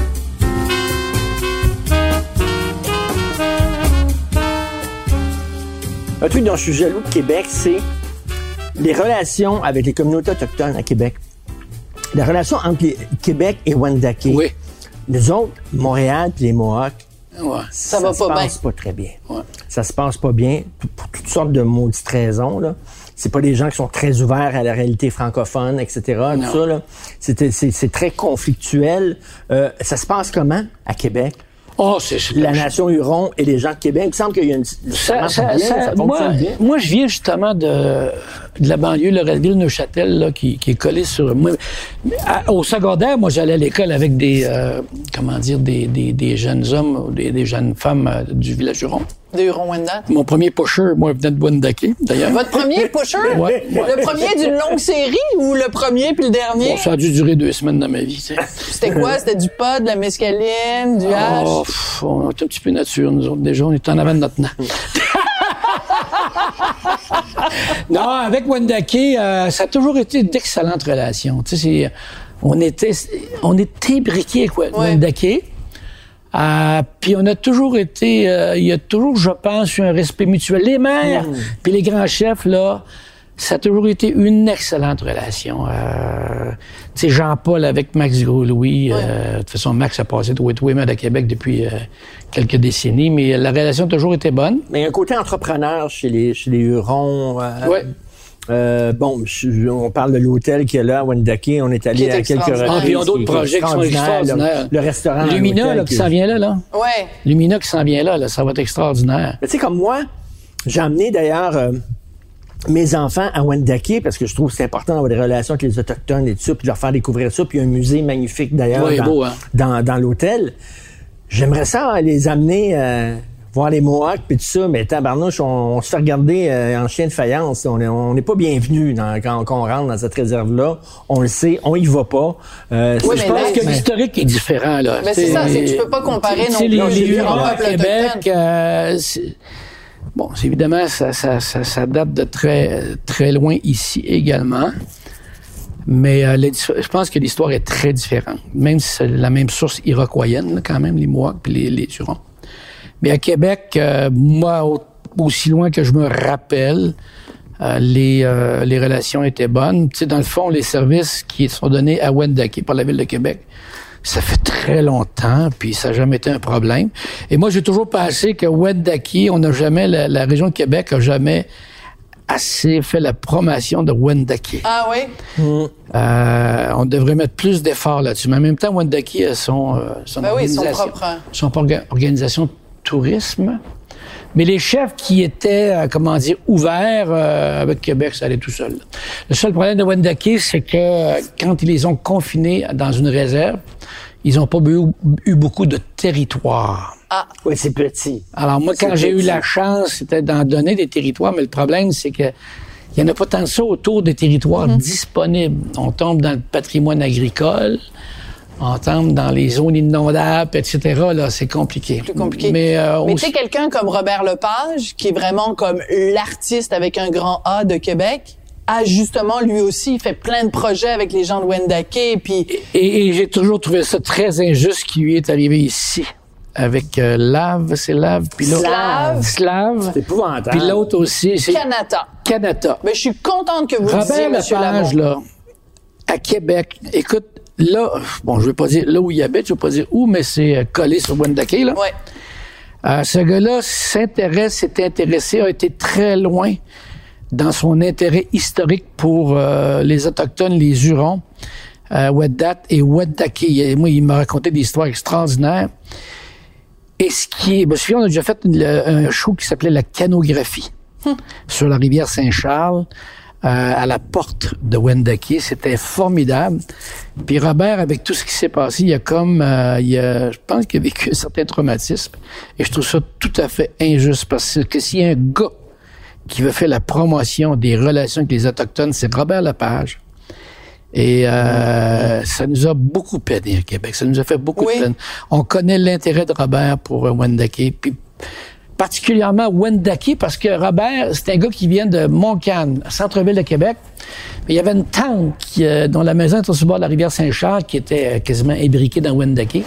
Un truc dont je suis jaloux de Québec, c'est les relations avec les communautés autochtones à Québec. La relation entre les- Québec et Wendake. Oui. Nous autres, Montréal et les Mohawks, Ouais. Ça va se pas bien. passe pas très bien. Ouais. Ça se passe pas bien pour, pour toutes sortes de maudites raisons. Là. C'est pas des gens qui sont très ouverts à la réalité francophone, et cetera. Tout Non. ça, là. C'est, c'est, c'est très conflictuel. Euh, ça se passe comment à Québec? Oh, c'est, c'est la nation Huron et les gens de Québec. Il me semble qu'il y a une... Ça, ça, bien, ça, ça moi, fonctionne bien. moi, je viens justement de, de la banlieue Lorette-Neuchâtel, là, qui, qui est collée sur... Moi, à, au secondaire, moi, j'allais à l'école avec des, euh, comment dire, des, des, des jeunes hommes, des, des jeunes femmes euh, du village Huron. Des Huron-Wendat. Mon premier pusher, moi, venait de Wendake, d'ailleurs. Votre premier pusher? Ouais, ouais. Le premier d'une longue série ou le premier puis le dernier? Bon, ça a dû durer deux semaines dans ma vie, tu sais. C'était quoi? C'était du pot, de la mescaline, du hache? Oh, pff, on est un petit peu nature, nous autres. Déjà, on est en avant de notre nom. Non, avec Wendake, euh, ça a toujours été d'excellentes relations. Tu sais, c'est, on était, on était briqués avec Ouais. Wendake. Euh, puis on a toujours été, euh, il y a toujours, je pense, eu un respect mutuel. Les maires, Mmh. puis les grands chefs, là, ça a toujours été une excellente relation. Euh, tu sais, Jean-Paul avec Max Gros-Louis, Ouais. euh, de toute façon, Max a passé de Wet'Wemer à Québec depuis euh, quelques décennies, mais la relation a toujours été bonne. Mais il y a un côté entrepreneur chez les, chez les Hurons. Euh, Ouais. Euh, bon, je- on parle de l'hôtel qu'il y a là à Wendake. On est allé Qui est à quelques extraordinaire. Ah, puis ils ont d'autres qui est projets qui sont extraordinaires. Le, le restaurant. à Lumina, l'hôtel là, qui est- s'en vient là, là. Ouais. Lumina qui s'en vient là, là, ça va être extraordinaire. Mais tu sais, comme moi, j'ai emmené d'ailleurs euh, mes enfants à Wendake parce que je trouve que c'est important d'avoir des relations avec les Autochtones et tout ça, puis de leur faire découvrir ça. Puis il y a un musée magnifique d'ailleurs Oui, dans, beau, hein? dans, dans l'hôtel. J'aimerais ça les amener euh, voir les Mohawks puis tout ça, mais tabarnouche, on, on se fait regarder euh, en chien de faïence. On est- on n'est pas bienvenu dans, quand, quand on rentre dans cette réserve-là. On le sait, on y va pas. Euh, Oui, c'est- mais Je pense là, que mais- l'historique est différent, là. Mais c'est ça, c'est que tu peux pas comparer Tu non sais, plus les, les les Hurons Hurons à peuples Québec, autochtones. euh, c'est- bon, c'est évidemment, ça, ça, ça, ça date de très, très loin ici également. Mais euh, les- je pense que l'histoire est très différente. Même si c'est la même source iroquoienne, là, quand même, les Mohawks et les, les Hurons. Mais à Québec, euh, moi, au- aussi loin que je me rappelle, euh, les, euh, les relations étaient bonnes. Tu sais, dans le fond, les services qui sont donnés à Wendake par la Ville de Québec, ça fait très longtemps, puis ça n'a jamais été un problème. Et moi, j'ai toujours pensé que Wendake, on n'a jamais, la, la région de Québec a jamais assez fait la promotion de Wendake. Ah oui? Euh, on devrait mettre plus d'efforts là-dessus. Mais en même temps, Wendake a son, euh, son Ben oui, son organisation, propre. son orga- organisation de tourisme. Mais les chefs qui étaient, euh, comment dire, ouverts euh, avec Québec, ça allait tout seul. Le seul problème de Wendake, c'est que euh, quand ils les ont confinés dans une réserve, ils n'ont pas eu, eu beaucoup de territoire. Oui, c'est petit. Alors moi, quand C'est j'ai eu petit. la chance, c'était d'en donner des territoires, mais le problème, c'est que il n'y en a pas tant de ça autour des territoires disponibles. On tombe dans le patrimoine agricole, on tombe dans les zones inondables, et cetera. Là, c'est compliqué. Plus compliqué. Mais, euh, Mais on- tu sais, quelqu'un comme Robert Lepage, qui est vraiment comme l'artiste avec un grand A de Québec, a justement, lui aussi, fait plein de projets avec les gens de Wendake, puis et, et j'ai toujours trouvé ça très injuste qui lui est arrivé ici. Avec euh, Lave, c'est Lave, puis l'autre... Slave. Slave. C'est épouvantable. Puis l'autre aussi, c'est Canada. Canada. Mais je suis contente que vous le disiez, Robert Monsieur Lepage, Lamont. là, à Québec, écoute, là, bon, je veux pas dire là où il habite, je veux pas dire où, mais c'est euh, collé sur Wendake, là. Ouais. Euh, ce gars-là s'intéresse, s'est intéressé, a été très loin dans son intérêt historique pour euh, les Autochtones, les Hurons, euh, Wendat et Wendake. Il- Moi, il m'a raconté des histoires extraordinaires. Et ce qui est... Je me souviens, on a déjà fait une- le- un show qui s'appelait La Canographie sur la rivière Saint-Charles, euh, à la porte de Wendake. C'était formidable. Puis Robert, avec tout ce qui s'est passé, il a comme... euh, il a, je pense qu'il a vécu un certain traumatisme. Et je trouve ça tout à fait injuste, parce que s'il y a un gars qui veut faire la promotion des relations avec les Autochtones, c'est Robert Lepage. Et euh, ça nous a beaucoup aidé à Québec. Ça nous a fait beaucoup Oui. de peine. On connaît l'intérêt de Robert pour euh, Wendake. Puis particulièrement Wendake, parce que Robert, c'est un gars qui vient de Montcalm, centre-ville de Québec. Mais il y avait une tante qui, euh, dont la maison était sur le bord de la rivière Saint-Charles, qui était euh, quasiment imbriquée dans Wendake.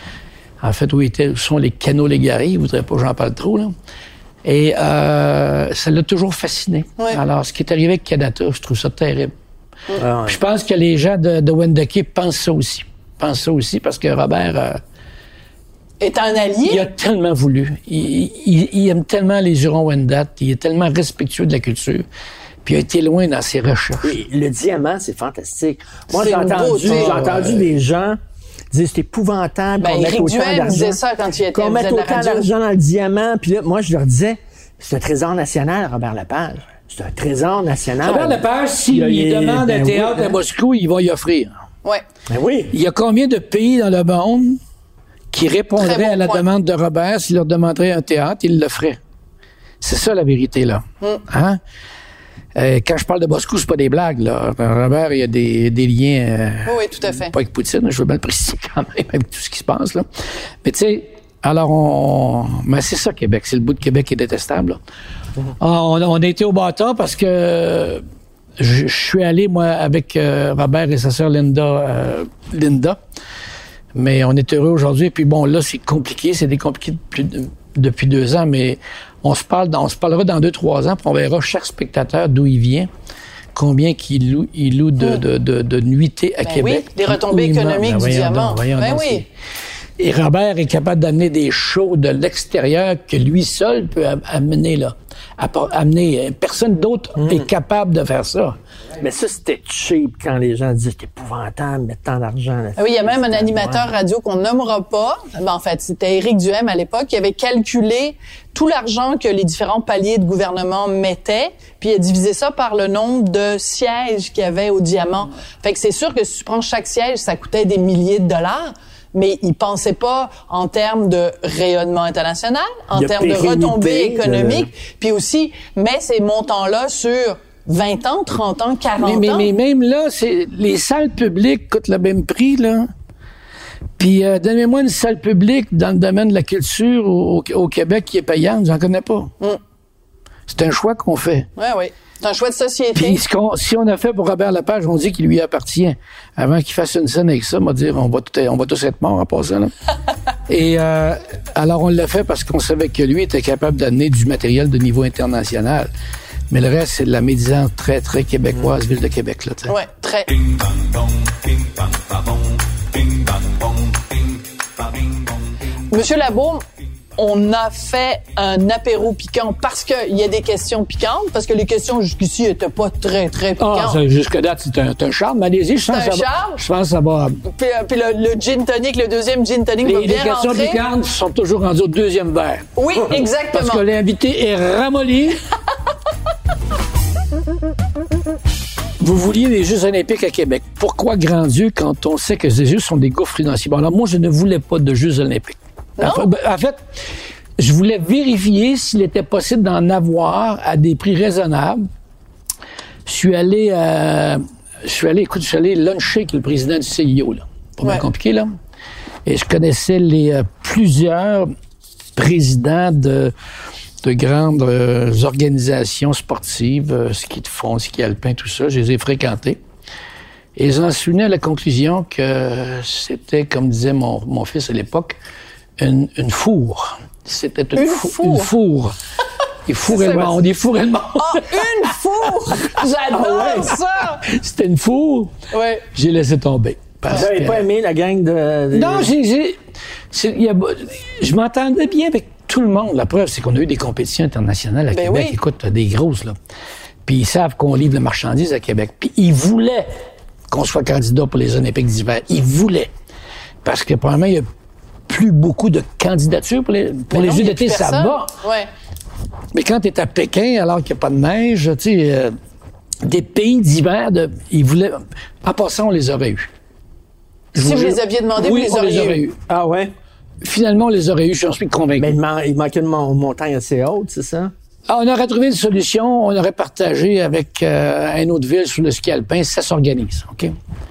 En fait, où, étaient, où sont les canaux légarés. Il ne voudrait pas que j'en parle trop, là. Et euh, ça l'a toujours fasciné. Oui. Alors, ce qui est arrivé avec Canada, je trouve ça terrible. Ah, ouais. Je pense que les gens de, de Wendake pensent ça aussi. Pensent ça aussi parce que Robert, euh, Est un allié? il a tellement voulu. Il, il, il aime tellement les Hurons-Wendat. Il est tellement respectueux de la culture. Puis il a été loin dans ses recherches. Et le diamant, c'est fantastique. Moi, C'est j'ai une entendu, beauté. j'ai entendu Ouais. des gens disait c'est épouvantable Ben, qu'on mette Éric autant Duhem d'argent. disait ça quand il était Qu'on mette à la autant radio. d'argent dans le diamant. Puis là, moi, je leur disais, c'est un trésor national, Robert Lepage. C'est un trésor national. Robert Lepage, s'il Il y a- lui il- demande ben un théâtre oui, à Moscou, il va y offrir. Ouais. Ben oui. Il y a combien de pays dans le monde qui répondraient Très bon à la point. demande de Robert s'il leur demanderait un théâtre, il le ferait. C'est ça la vérité, là. Mm. Hein? Euh, quand je parle de Moscou, c'est pas des blagues, là. Robert, il y a des, des liens... euh, Oui, oui, tout à fait. Pas avec Poutine, je veux bien le préciser quand même, avec tout ce qui se passe, là. Mais tu sais, alors on... Mais c'est ça, Québec. C'est le bout de Québec qui est détestable, là. On, on a été au bâton parce que je, je suis allé, moi, avec euh, Robert et sa sœur Linda, euh, Linda. Mais on est heureux aujourd'hui. Puis bon, là, c'est compliqué. C'est des compliqué depuis, depuis deux ans, mais on se parle, dans, on se parlera dans deux, trois ans, puis on verra chaque spectateur d'où il vient, combien qu'il loue, il loue de, de, de, de nuitées à Ben Québec. oui, les retombées Où il meurt. économiques Ben du voyons diamant. donc, voyons Ben donc, oui. c'est- Et Robert est capable d'amener des shows de l'extérieur que lui seul peut am- amener là. Appo- Amener. Personne d'autre est capable de faire ça. Mais ça, c'était cheap quand les gens disaient c'est épouvantable, mettre tant d'argent là-dessus. Ah oui, il y a même un animateur radio qu'on nommera pas. Ben, en fait, c'était Éric Duhem à l'époque qui avait calculé tout l'argent que les différents paliers de gouvernement mettaient, puis il a divisé ça par le nombre de sièges qu'il y avait au Diamant. Fait que c'est sûr que si tu prends chaque siège, ça coûtait des milliers de dollars. Mais il pensait pas en termes de rayonnement international, en De termes de pérennité, retombées économiques, de- puis aussi, met ces montants-là sur vingt ans, trente ans, quarante Mais, mais, ans. mais même là, c'est les salles publiques coûtent le même prix, là. Puis euh, donnez-moi une salle publique dans le domaine de la culture au, au- au Québec qui est payante, j'en connais pas. Mm. C'est un choix qu'on fait. Oui, oui. C'est un choix de société. Puis ce qu'on- si on a fait pour Robert Lepage, on dit qu'il lui appartient. Avant qu'il fasse une scène avec ça, on va dire on va, tout, on va tous être morts en passant. Là. Et euh, alors on l'a fait parce qu'on savait que lui était capable d'amener du matériel de niveau international. Mais le reste, c'est de la médisance très, très québécoise, ville de Québec. Là, tu sais. Oui, très. Monsieur Labaume, on a fait un apéro piquant parce qu'il y a des questions piquantes, parce que les questions jusqu'ici étaient pas très, très Ah, piquantes. ça, jusque date, c'est un, c'est un charme. Mais allez-y, je pense C'est un que ça va- charme? Je pense que ça va. Puis, euh, puis le, le gin tonic, le deuxième gin tonic va Les, les bien questions rentrer. piquantes sont toujours rendues au deuxième verre. Oui, exactement. Parce que l'invité est ramolli. Vous vouliez les Jeux olympiques à Québec. Pourquoi grand Dieu quand on sait que ces Jeux sont des gouffres financiers? Bon, alors moi, je ne voulais pas de Jeux olympiques. Non? En fait, ben, en fait, je voulais vérifier s'il était possible d'en avoir à des prix raisonnables. Je suis allé, euh, je suis allé, écoute, je suis allé luncher avec le président du C I O, là. Pas bien Ouais. compliqué, là. Et je connaissais les euh, plusieurs présidents de, de grandes euh, organisations sportives, euh, ski de fond, ski alpin, tout ça. Je les ai fréquentés. Et j'en suis venu à la conclusion que c'était, comme disait mon, mon fils à l'époque, une, une fourre. C'était une, Une fou- fourre? Une fourre. Il fourrait le ça, monde, il fourrait le monde. Ah, une fourre! J'adore Ah ouais. ça! C'était une fourre. Oui. J'ai laissé tomber. Vous Parce n'avez que- pas aimé la gang de... de- Non, j'ai, j'ai- c'est- il y a- je m'entendais bien avec tout le monde. La preuve, c'est qu'on a eu des compétitions internationales à Ben Québec. oui. Écoute, des grosses, là. Puis ils savent qu'on livre la marchandise à Québec. Puis ils voulaient qu'on soit candidat pour les Olympiques d'hiver. Ils voulaient. Parce que, probablement, il y a plus beaucoup de candidatures pour les, pour Mais les non, Jeux il y a d'été, plus ça personne. va. Ouais. Mais quand tu es à Pékin, alors qu'il n'y a pas de neige, tu sais, euh, des pays d'hiver, de, ils voulaient. En passant, on les aurait eus. Je Si vous vous jure. les aviez demandés, oui, vous les on les auriez aurait eus. eus. Ah ouais? Finalement, on les aurait eus, j'en suis convaincu. Mais il, man- il manquait une mon- montagne assez haute, c'est ça? Ah, on aurait trouvé une solution, on aurait partagé avec euh, une autre ville sur le ski alpin, ça s'organise, OK?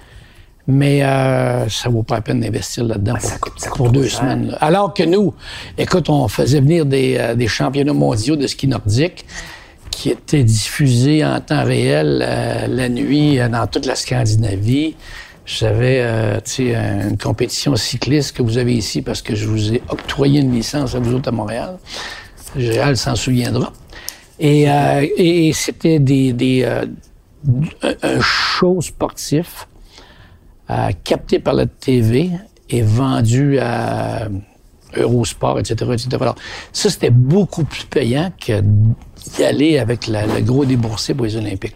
Mais euh, ça vaut pas la peine d'investir là-dedans pour, ça coûte- ça coûte pour trop deux cher. semaines. là. Alors que nous, écoute, on faisait venir des, euh, des championnats mondiaux de ski nordique qui étaient diffusés en temps réel euh, la nuit euh, dans toute la Scandinavie. J'avais, euh, tu sais, une compétition cycliste que vous avez ici parce que je vous ai octroyé une licence à vous autres à Montréal. Gérald s'en souviendra. Et, euh, et c'était des, des, euh, un, un show sportif euh, capté par la T V et vendu à Eurosport, et cetera, et cetera. Alors, ça, c'était beaucoup plus payant que d'y aller avec la- le gros déboursé pour les Olympiques, là.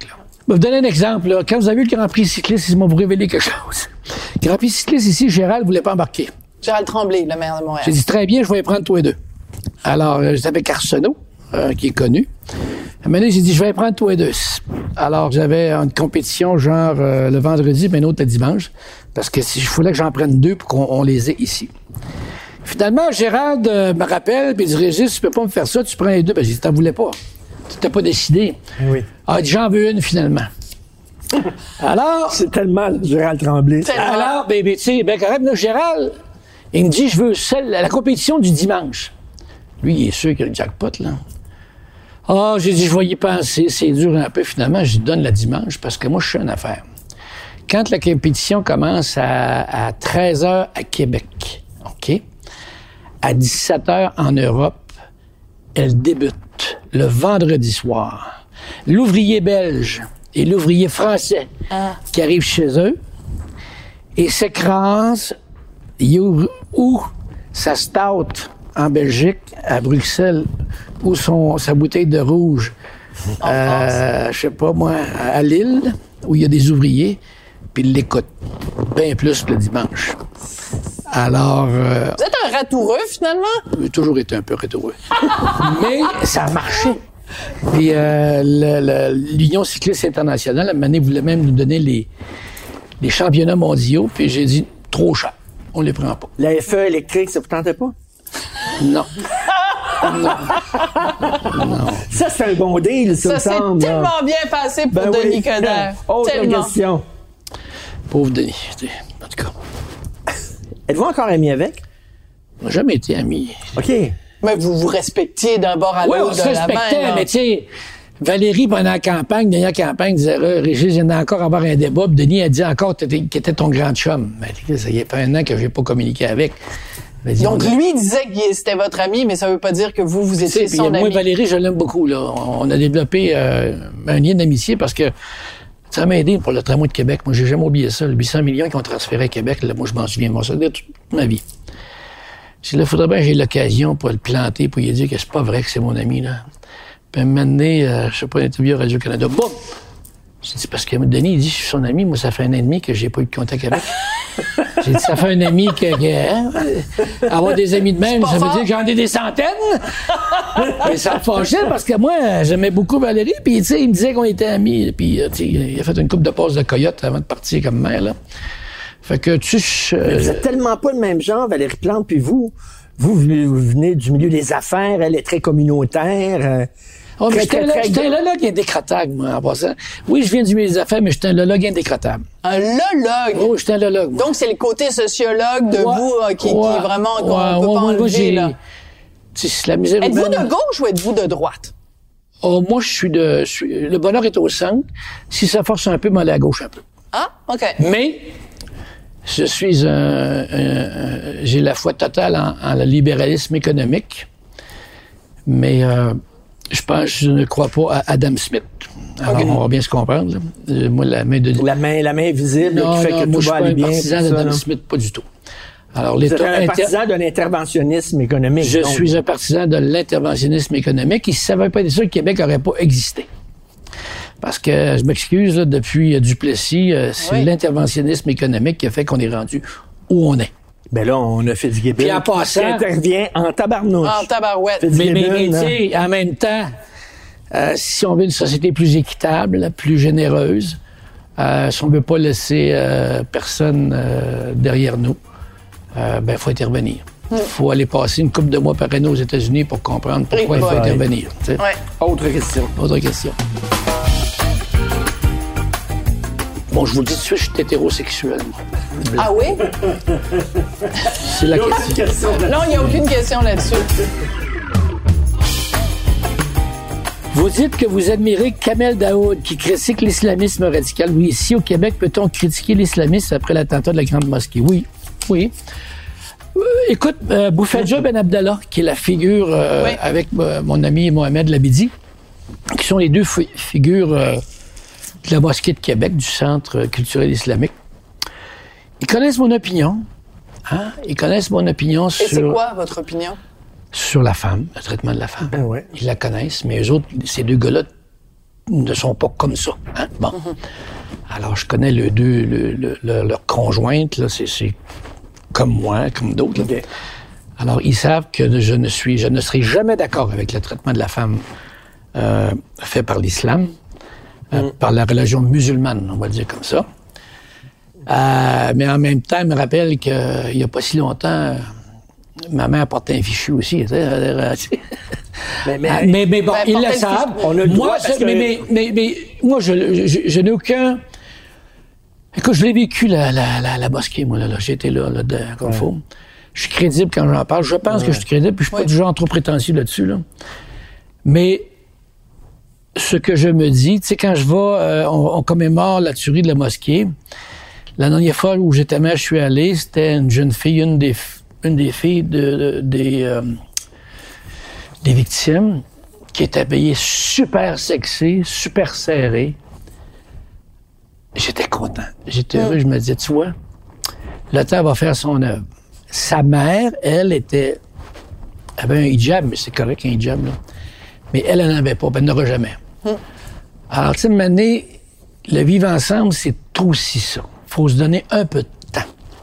Je vais vous donner un exemple. Là. Quand vous avez vu le Grand Prix cycliste, ils m'ont vous révélé quelque chose. Le Grand Prix cycliste ici, Gérald ne voulait pas embarquer. Gérald Tremblay, le maire de Montréal. J'ai dit, très bien, je vais les prendre tous les deux. Alors, euh, j'étais avec Arsenault, euh, qui est connu. À un moment donné, j'ai dit, je vais les prendre tous les deux. Alors, j'avais une compétition genre euh, le vendredi, mais une autre le dimanche, parce que si, il fallait que j'en prenne deux pour qu'on on les ait ici. Finalement, Gérald euh, me rappelle, puis il dit, Régis, tu peux pas me faire ça, tu prends les deux. Ben, j'ai dit, t'en voulais pas. Tu t'es pas décidé. Oui. Ah, il dit, j'en veux une, finalement. Alors... C'est tellement Gérald Tremblay. Tellement. Alors, ben, ben tu sais, ben, quand même, là, Gérald, il me dit, je veux celle, la compétition du dimanche. Lui, il est sûr qu'il y a le jackpot, là. Ah, j'ai dit, je vais y penser, c'est dur un peu. Finalement, je lui donne la dimanche parce que moi, je suis une affaire. Quand la compétition commence à, à treize heures à Québec, OK? À dix-sept heures en Europe, elle débute le vendredi soir. L'ouvrier belge et l'ouvrier français Ah. qui arrivent chez eux et s'écrasent où, où sa stout en Belgique, à Bruxelles, ou son, sa bouteille de rouge, euh, je sais pas moi, à Lille, où il y a des ouvriers, puis ils l'écoutent bien plus le dimanche. Alors, euh, Vous êtes un ratoureux, finalement? j'ai toujours été un peu ratoureux. Mais ça a marché. Puis euh, le- le- l'Union cycliste internationale, à un moment donné, voulait même nous donner les, les championnats mondiaux, puis j'ai dit, trop cher, on les prend pas. La F E électrique, ça vous tentait pas? Non. Ça, c'est un bon deal, ça, Ça me s'est semble. là. tellement bien passé pour Ben Denis oui. Coderre. Autre Tellement. question. Pauvre Denis. tu sais, En tout cas, Êtes-vous encore ami avec? on n'a jamais été amis. OK. Mais vous vous respectiez d'un bord à Oui, on l'autre se de la main. respectait, là. mais tu sais, Valérie, pendant la campagne, dernière campagne, disait, euh, Régis, il y en a encore à avoir un débat. Puis Denis a dit encore qu'il était ton grand chum. Ben, ça y est, fait un an que j'ai pas communiqué avec. Ben, dis, Donc, on a- lui disait que c'était votre ami, mais ça veut pas dire que vous, vous Tu sais, étiez puis son moi, ami. Valérie, je l'aime beaucoup. Là. On a développé euh, un lien d'amitié parce que ça m'a aidé pour le tramway de Québec. Moi, j'ai jamais oublié ça. Les huit cents millions qu'ils ont transféré à Québec, là, moi, je m'en souviens. Moi, ça toute ma vie. Si là, il faudrait bien que j'ai l'occasion pour le planter, pour lui dire que c'est pas vrai que c'est mon ami. Là. Puis à un moment donné, euh, je sais pas, une interview à Radio-Canada, boum! J'ai dit, parce que Denis, il dit, je suis son ami. Moi, ça fait un an et demi que j'ai pas eu de contact avec. J'ai dit, ça fait un ami que, que hein, avoir des amis de même, pas ça veut fort. dire que j'en ai des centaines. Et ça me fâchait parce que moi, j'aimais beaucoup Valérie. Puis, tu sais, il me disait qu'on était amis. Puis, tu sais, il a fait une coupe de passe de coyote avant de partir comme maire, là. Fait que, tu sais, Mais vous euh, êtes tellement pas le même genre, Valérie Plante, puis vous. Vous, vous vous venez du milieu des affaires, elle est très communautaire. euh, oh, mais très, j'étais très, là- très- j'étais un lologue indécrottable, moi, en passant. Oui, je viens du milieu des affaires, mais j'étais un lologue indécrottable. Un lologue. Oh, j'étais un lologue. moi. Donc, c'est le côté sociologue de Ouais, vous euh, qui, qui ouais, est vraiment qu'on ouais, peut ouais, pas moi, enlever, j'ai- là. tu sais, c'est la misère Êtes-vous humaine. de gauche ou êtes-vous de droite? Oh, moi, je suis de... je suis- le bonheur est au centre. Si ça force un peu, m'aller à gauche un peu. Ah, OK. Mais je suis un... un- un- j'ai la foi totale en, en le libéralisme économique. Mais euh, je pense, je ne crois pas à Adam Smith. Alors, Ok. on va bien se comprendre. Là. Euh, Moi, la main de... La main, la main visible là, non, qui fait non, que moi, tout je suis va pas aller un bien. partisan tout ça, d'Adam là. Smith, pas du tout. Alors, Vous êtes l'État... un inter- partisan de l'interventionnisme économique. Je donc. suis un partisan de l'interventionnisme économique. Et si ça n'avait pas été ça, le Québec n'aurait pas existé. Parce que, je m'excuse, là, depuis euh, Duplessis, euh, c'est Oui. l'interventionnisme économique qui a fait qu'on est rendu où on est. Ben là, on a Fitzgibbon Puis en passant- qui intervient en tabarnouche. En tabarouette. Fitzgibbon, Mais, mais, mais, tu hein. sais, en même temps, euh, si on veut une société plus équitable, plus généreuse, euh, si on ne veut pas laisser euh, personne euh, derrière nous, euh, ben, faut intervenir. Il faut aller passer une couple de mois par année aux États-Unis pour comprendre pourquoi Oui, il faut ouais. intervenir. tu sais. Ouais. Autre question. Autre question. Bon, je vous le dis tout de suite, je suis hétérosexuel. moi. Ah oui? C'est la question. Non, il n'y a aucune question là-dessus. Vous dites que vous admirez Kamel Daoud, qui critique l'islamisme radical. Oui, ici au Québec, peut-on critiquer l'islamisme après l'attentat de la Grande Mosquée? Oui, oui. Euh, écoute, euh, Boufadja Ben Abdallah, qui est la figure, euh, Oui. avec euh, mon ami Mohamed Labidi, qui sont les deux fi- figures euh, de la Mosquée de Québec, du Centre culturel islamique. Ils connaissent mon opinion. Hein? Ils connaissent mon opinion Et c'est sur, quoi votre opinion? sur la femme, le traitement de la femme. Ben ouais. Ils la connaissent, mais eux autres, ces deux gars-là, ne sont pas comme ça. Hein? Bon. Mm-hmm. Alors, je connais les deux, le, le, le, leur conjointe, là, c'est, c'est comme moi, comme d'autres. Okay. Alors, ils savent que je ne suis, je ne serai jamais d'accord avec le traitement de la femme euh, fait par l'islam, mm. euh, par la religion musulmane, on va le dire comme ça. Euh, mais en même temps, il me rappelle qu'il n'y a pas si longtemps, ma mère portait un fichu aussi. mais, mais, mais, mais bon, ben, ils le savent. On a le moi, que... mais, mais, mais, mais moi, je, je, je n'ai aucun... Écoute, je l'ai vécu, la, la, la, la mosquée, moi, là, là. J'étais là, là, de, comme il ouais. faut. Je suis crédible quand j'en parle. Je pense ouais. que je suis crédible, puis je suis ouais. pas du genre trop prétentieux là-dessus, là. Mais ce que je me dis, tu sais, quand je vais, euh, on, on commémore la tuerie de la mosquée. La dernière fois où j'étais maire, je suis allé, c'était une jeune fille, une des, une des filles de, de, des, euh, des victimes, qui était habillée super sexy, super serrée. J'étais content. J'étais heureux. Je me disais, tu vois, le temps va faire son œuvre. Sa mère, elle, était... avait un hijab, mais c'est correct, un hijab, là. Mais elle, elle n'en avait pas, elle n'en aura jamais. Mm. Alors, tu sais, Mané, le vivre ensemble, c'est aussi ça. Il faut se donner un peu de temps.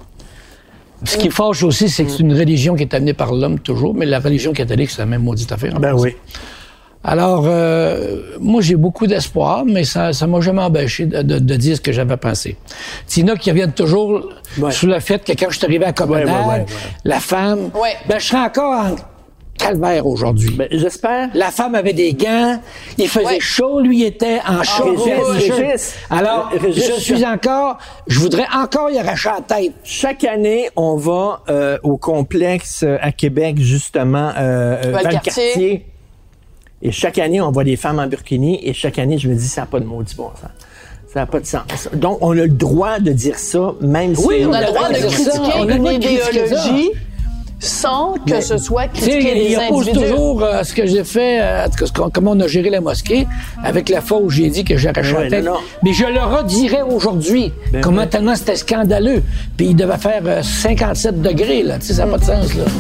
Ce qui fâche aussi, c'est que c'est une religion qui est amenée par l'homme toujours, mais la religion catholique, c'est la même maudite affaire. Ben oui. Alors, euh, moi, j'ai beaucoup d'espoir, mais ça ça m'a jamais empêché de, de, de dire ce que j'avais pensé. Tina qui revient toujours ouais. sous le fait que quand je suis arrivé à Copenhague, ouais, ouais, ouais, ouais. la femme, ouais. ben je serais encore en calvaire aujourd'hui. Ben, j'espère. La femme avait des gants, il faisait ouais. chaud, lui était en chaud. Oh, Régis, Régis. Alors, Régis, je suis encore, je voudrais encore y arracher la tête. Chaque année, on va euh, au complexe à Québec, justement, euh, dans le quartier. Et chaque année, on voit des femmes en burkini, et chaque année, je me dis, ça n'a pas de maudit bon sens. Ça n'a pas de sens. Donc, on a le droit de dire ça, même si... Oui, on a le droit de critiquer une idéologie sans que mais, ce soit critiquer les individus. Il oppose toujours euh, ce que j'ai fait, euh, comment on a géré la mosquée, avec la fois où j'ai dit que j'arrachais la tête. Mais je le redirais aujourd'hui, ben comment oui. tellement c'était scandaleux. Puis il devait faire euh, cinquante-sept degrés, là. Tu sais, ça n'a pas de sens, là.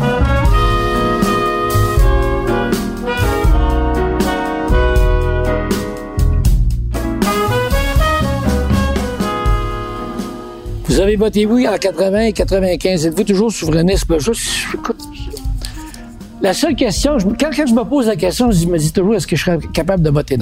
Vous avez voté oui en quatre-vingts et quatre-vingt-quinze. Êtes-vous toujours souverainiste? Je, je, écoute, la seule question, je, quand, quand je me pose la question, je me dis toujours, est-ce que je serais capable de voter non?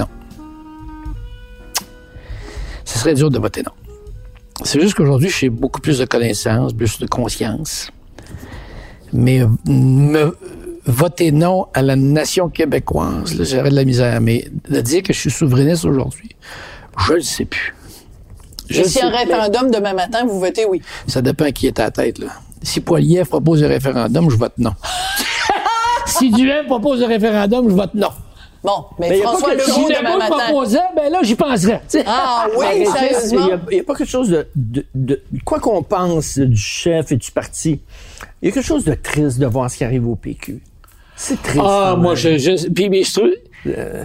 Ce serait dur de voter non. C'est juste qu'aujourd'hui, j'ai beaucoup plus de connaissances, plus de conscience. Mais me, voter non à la nation québécoise, là, j'aurais de la misère. Mais de dire que je suis souverainiste aujourd'hui, je le sais plus. Je Et si un référendum demain matin, vous votez oui? Ça dépend à qui est à la tête, là. Si Poilievre propose un référendum, je vote non. Si Duhem propose un référendum, je vote non. Bon, mais, mais François Legault demain matin... proposait, ben là, j'y penserais. T'sais. Ah oui, sérieusement? Il n'y a, a pas quelque chose de, de, de... Quoi qu'on pense du chef et du parti, il y a quelque chose de triste de voir ce qui arrive au P Q. C'est triste. Ah, moi, je... je puis, mais je trouve... Euh...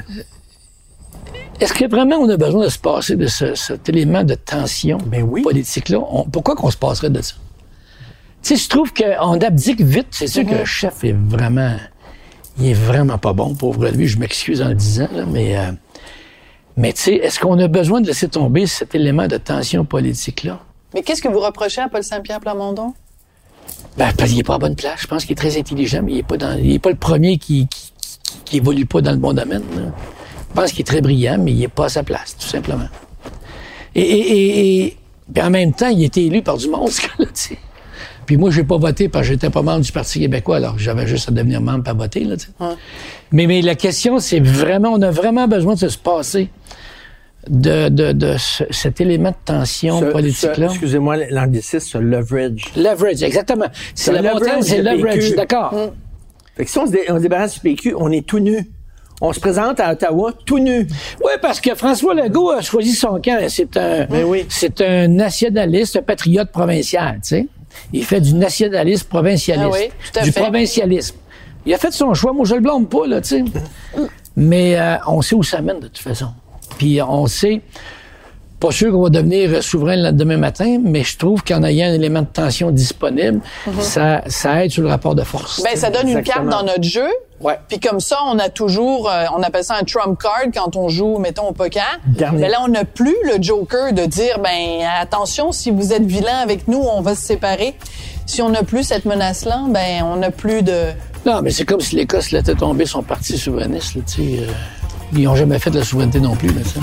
Est-ce que vraiment on a besoin de se passer de ce, cet élément de tension ben oui. politique-là? On, pourquoi qu'on se passerait de ça? Tu sais, je trouve qu'on abdique vite. C'est sûr mm-hmm. que le chef est vraiment... Il est vraiment pas bon, pauvre lui. Je m'excuse en le disant, là, mais... Euh, mais tu sais, est-ce qu'on a besoin de laisser tomber cet élément de tension politique-là? Mais qu'est-ce que vous reprochez à Paul Saint-Pierre Plamondon? Ben, parce qu'il est pas à bonne place. Je pense qu'il est très intelligent, mais il est pas dans... Il est pas le premier qui, qui, qui évolue pas dans le bon domaine, là. Je pense qu'il est très brillant, mais il n'est pas à sa place, tout simplement. Et, et, et, et puis en même temps, il a été élu par du monde, ce gars-là, tu sais. Puis moi, je n'ai pas voté parce que j'étais pas membre du Parti québécois, alors j'avais juste à devenir membre pour voter, là, tu sais. Ouais. Mais, mais la question, c'est vraiment, on a vraiment besoin de se passer de, de, de ce, cet élément de tension ce, politique-là. Ce, excusez-moi, l'anglicisme, ce leverage. Leverage, exactement. C'est la montagne, c'est leverage, d'accord. Mmh. Fait que si on se, dé, on se débarrasse du P Q, on est tout nu. On se présente à Ottawa tout nu. Oui, parce que François Legault a choisi son camp. C'est un, oui. c'est un nationaliste, un patriote provincial, tu sais. Il fait du nationalisme provincialiste. Ah oui, tout à du fait. provincialisme. Il a fait son choix. Moi, je le blâme pas, là, tu sais. Mais euh, on sait où ça mène, de toute façon. Puis on sait... Pas sûr qu'on va devenir souverain le lendemain matin, mais je trouve qu'en ayant un élément de tension disponible, mm-hmm. ça, ça aide sur le rapport de force. Ben, ça donne Exactement. Une carte dans notre jeu. Ouais. Puis comme ça, on a toujours, euh, on appelle ça un trump card quand on joue, mettons, au poker. Dernier. Mais là, on n'a plus le joker de dire, ben attention, si vous êtes vilain avec nous, on va se séparer. Si on n'a plus cette menace-là, ben on n'a plus de... Non, mais c'est comme si l'Écosse laissait tomber son parti souverainiste, là, tu sais. Euh, ils n'ont jamais fait de la souveraineté non plus, là, tu sais.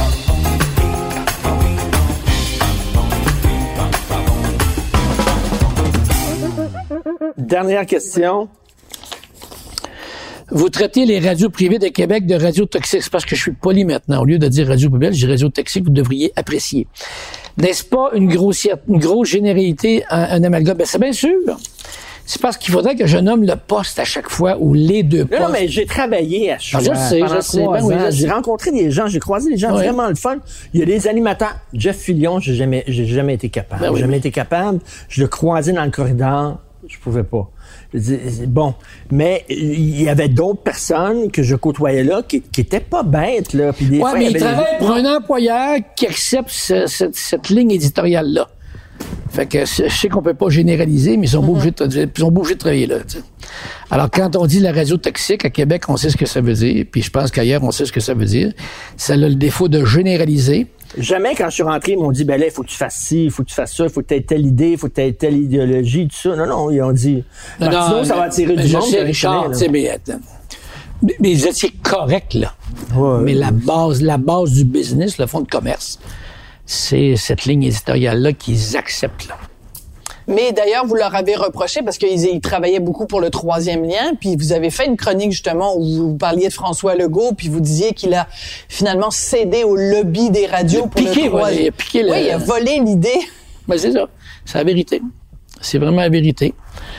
Dernière question. Vous traitez les radios privées de Québec de radios toxiques. C'est parce que je suis poli maintenant. Au lieu de dire radio poubelle, je dis radio toxique, vous devriez apprécier. N'est-ce pas une grossière, une grosse généralité, un, un amalgame? Ben, c'est bien sûr. C'est parce qu'il faudrait que je nomme le poste à chaque fois ou les deux postes. Non, mais j'ai travaillé à Choix. Ah, je sais, je sais. Ben oui, j'ai rencontré des gens, j'ai croisé des gens ouais. vraiment le fun. Il y a des animateurs. Jeff Fillion, j'ai jamais, j'ai jamais été capable. Ben oui, j'ai jamais oui. été capable. Je le croisais dans le corridor. Je pouvais pas. Je dis, bon, mais il y avait d'autres personnes que je côtoyais là qui, qui étaient pas bêtes, là. Puis des ouais, fois, mais il il travaille des... pour un employeur qui accepte ce, cette, cette ligne éditoriale-là. Fait que je sais qu'on peut pas généraliser, mais ils sont mm-hmm. obligés de, ils sont obligés de travailler là. T'sais. Alors, quand on dit la radio toxique, à Québec, on sait ce que ça veut dire, puis je pense qu'ailleurs, on sait ce que ça veut dire. Ça a le défaut de généraliser. Jamais, quand je suis rentré, ils m'ont dit, ben là, il faut que tu fasses ci, il faut que tu fasses ça, il faut que tu aies telle idée, il faut que tu aies telle idéologie, tout ça. Non, non, ils ont dit, non, non, ça va attirer du monde. Je sais, Richard, tu sais, mais attends. Mais vous étiez correct, là. Ouais, mais ouais. la base, la base du business, le fonds de commerce, c'est cette ligne éditoriale-là qu'ils acceptent, là. Mais d'ailleurs, vous leur avez reproché parce qu'ils ils travaillaient beaucoup pour le troisième lien, puis vous avez fait une chronique justement où vous parliez de François Legault, puis vous disiez qu'il a finalement cédé au lobby des radios pour piqué, le troisième. Ouais, il a piqué le... Oui, il a volé l'idée. Ben c'est ça, c'est la vérité. C'est vraiment la vérité.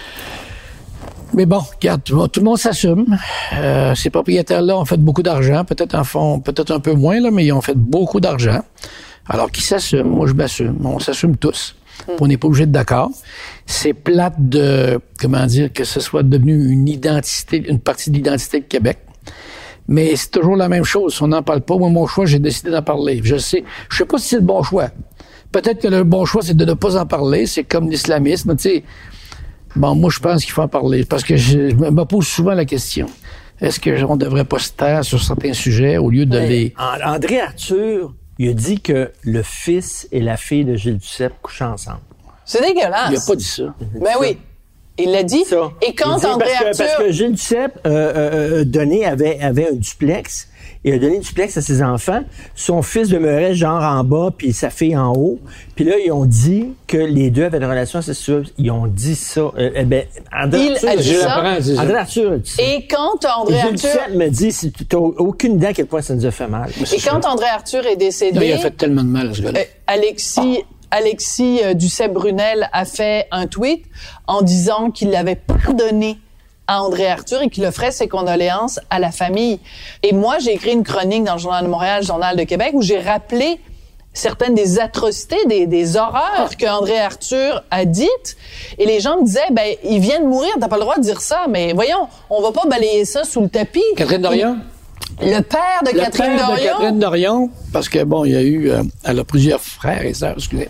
Mais bon, regarde, tout, tout le monde s'assume. Euh, ces propriétaires-là ont fait beaucoup d'argent, peut-être en font, peut-être un peu moins là, mais ils ont fait beaucoup d'argent. Alors qu'ils s'assument, moi je m'assume, on s'assume tous. On n'est pas obligé de d'accord. C'est plate de, comment dire, que ce soit devenu une identité, une partie de l'identité de Québec. Mais c'est toujours la même chose. Si on n'en parle pas, moi, mon choix, j'ai décidé d'en parler. Je sais, je sais pas si c'est le bon choix. Peut-être que le bon choix, c'est de ne pas en parler. C'est comme l'islamisme, tu sais. Bon, moi, je pense qu'il faut en parler. Parce que je, je me pose souvent la question. Est-ce qu'on ne devrait pas se taire sur certains sujets au lieu de ouais. les... André Arthur... Il a dit que le fils et la fille de Gilles Duceppe couchaient ensemble. C'est dégueulasse. Il a pas dit ça. Ben ça. Oui. Il l'a dit. Ça. Et quand dit André parce Arthur... Que, parce que Gilles Duceppe euh, euh, donné, avait, avait un duplex. Il a donné un duplex à ses enfants. Son fils demeurait genre en bas, puis sa fille en haut. Puis là, ils ont dit que les deux avaient une relation incestueuse. Ils ont dit ça. Euh, eh ben, André il Arthur, a dit ça. André Arthur a dit ça. Et quand André Gilles Arthur... Duceppe me dit, si tu n'as aucune idée à quel point ça nous a fait mal. Et quand André Arthur est décédé... Non, il a fait tellement de mal à ce gars-là. Euh, Alexis... Oh. Alexis euh, Duceppe-Brunel a fait un tweet en disant qu'il l'avait pardonné à André Arthur et qu'il offrait ses condoléances à la famille. Et moi, j'ai écrit une chronique dans le Journal de Montréal, le Journal de Québec, où j'ai rappelé certaines des atrocités, des, des horreurs que André Arthur a dites. Et les gens me disaient, ben, il vient de mourir, t'as pas le droit de dire ça, mais voyons, on va pas balayer ça sous le tapis. Catherine Dorion? Le père de le Catherine père Dorion? de Catherine Dorion, parce que, bon, il y a eu... Euh, elle a plusieurs frères et sœurs, excusez.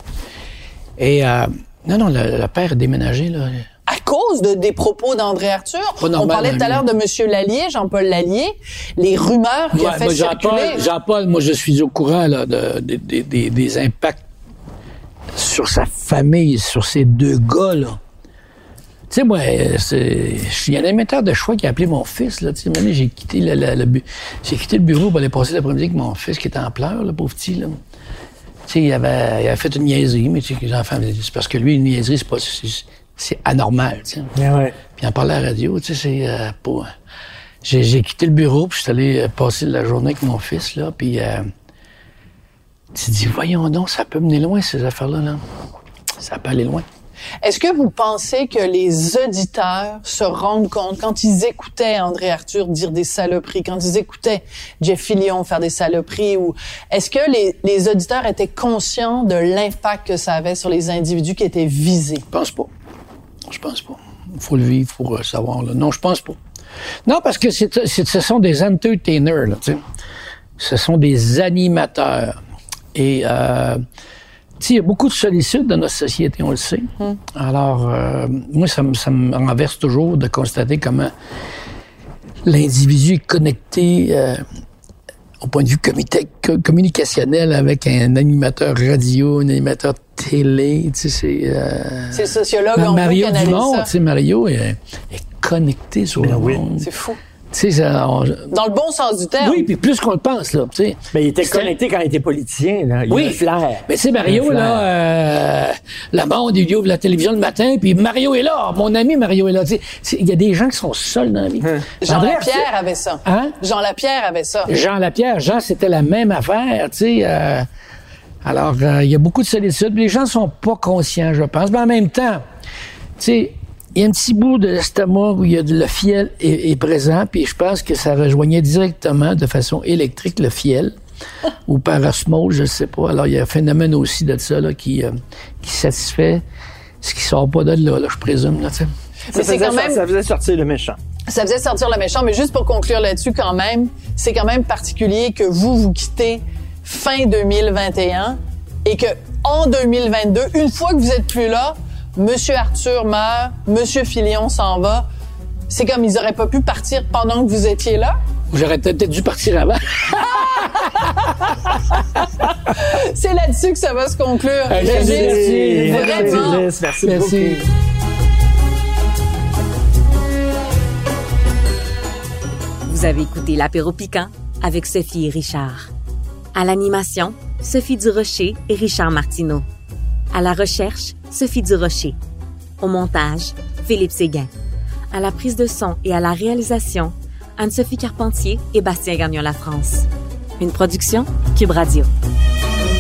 Et, euh, non, non, le, le père est déménagé, là. À cause de, des propos d'André Arthur. Normal, on parlait tout à l'heure de M. Lallier, Jean-Paul Lallier, les rumeurs qu'il ouais, a fait Jean-Paul, circuler. Jean-Paul, moi, je suis au courant là, de, de, de, de, des impacts sur sa famille, sur ces deux gars, là. Tu sais, moi, c'est, je suis un animateur de choix qui a appelé mon fils, là. Tu sais, j'ai quitté le, le, le, j'ai quitté le bureau pour aller passer l'après-midi avec mon fils qui était en pleurs, le pauvre petit, là. Tu sais, il avait, il avait fait une niaiserie, mais tu sais, les enfants, c'est parce que lui, une niaiserie, c'est pas, c'est, c'est anormal, tu sais. Yeah, ouais. Puis en parlant à la radio, tu sais, c'est euh, pas... J'ai, j'ai quitté le bureau, puis je suis allé passer la journée avec mon fils, là, puis euh, tu te dis, voyons donc, ça peut mener loin, ces affaires-là, là. Ça peut aller loin. Est-ce que vous pensez que les auditeurs se rendent compte, quand ils écoutaient André Arthur dire des saloperies, quand ils écoutaient Jeff Fillion faire des saloperies, ou est-ce que les, les auditeurs étaient conscients de l'impact que ça avait sur les individus qui étaient visés? Je pense pas. Je pense pas. Il faut le vivre pour euh, savoir, là. Non, je pense pas. Non, parce que c'est, c'est, ce sont des entertainers, là, tu sais. Ce sont des animateurs. Et, euh, tu sais, il y a beaucoup de solitude dans notre société, on le sait. Mm. Alors, euh, moi, ça me, ça me renverse toujours de constater comment l'individu est connecté euh, au point de vue comité, communicationnel avec un animateur radio, un animateur télé. Tu sais, c'est... Euh, c'est le sociologue, on Mario peut Dumont, tu sais, Mario est, est connecté sur le oui. monde. C'est fou. Tu sais, ça, on... Dans le bon sens du terme. Oui, puis plus qu'on le pense, là, tu sais. Mais il était connecté quand il était politicien, là. Il oui. a un flair. Mais tu sais, Mario, là, euh, le monde, il ouvre la télévision le matin, puis Mario est là. Mon ami Mario est là. Tu sais, il y a des gens qui sont seuls dans la vie. Hum. Jean André, Lapierre avait ça. Hein? Jean Lapierre avait ça. Jean Lapierre, Jean, c'était la même affaire, tu sais. Euh, alors, euh, il y a beaucoup de solitude. Les gens sont pas conscients, je pense. Mais en même temps, tu sais, il y a un petit bout de l'estomac où il y a de, le fiel est, est présent, puis je pense que ça rejoignait directement de façon électrique le fiel, ou par osmose, je sais pas. Alors, il y a un phénomène aussi de ça, là, qui, euh, qui satisfait ce qui sort pas de là, là je présume, là, tu sais. Mais c'est quand même... Ça faisait sortir le méchant. Ça faisait sortir le méchant, mais juste pour conclure là-dessus quand même, c'est quand même particulier que vous, vous quittez fin deux mille vingt et un et que en deux mille vingt-deux, une fois que vous êtes plus là, Monsieur Arthur meurt, Monsieur Filion s'en va. C'est comme ils auraient pas pu partir pendant que vous étiez là. J'aurais peut-être dû partir avant. C'est là-dessus que ça va se conclure. Hey, Régis, merci. vraiment. Merci, merci, merci. beaucoup. Vous avez écouté l'Apéro piquant avec Sophie et Richard. À l'animation, Sophie Durocher et Richard Martineau. À la recherche, Sophie Durocher. Au montage, Philippe Séguin. À la prise de son et à la réalisation, Anne-Sophie Carpentier et Bastien Gagnon-La France. Une production Cube Radio.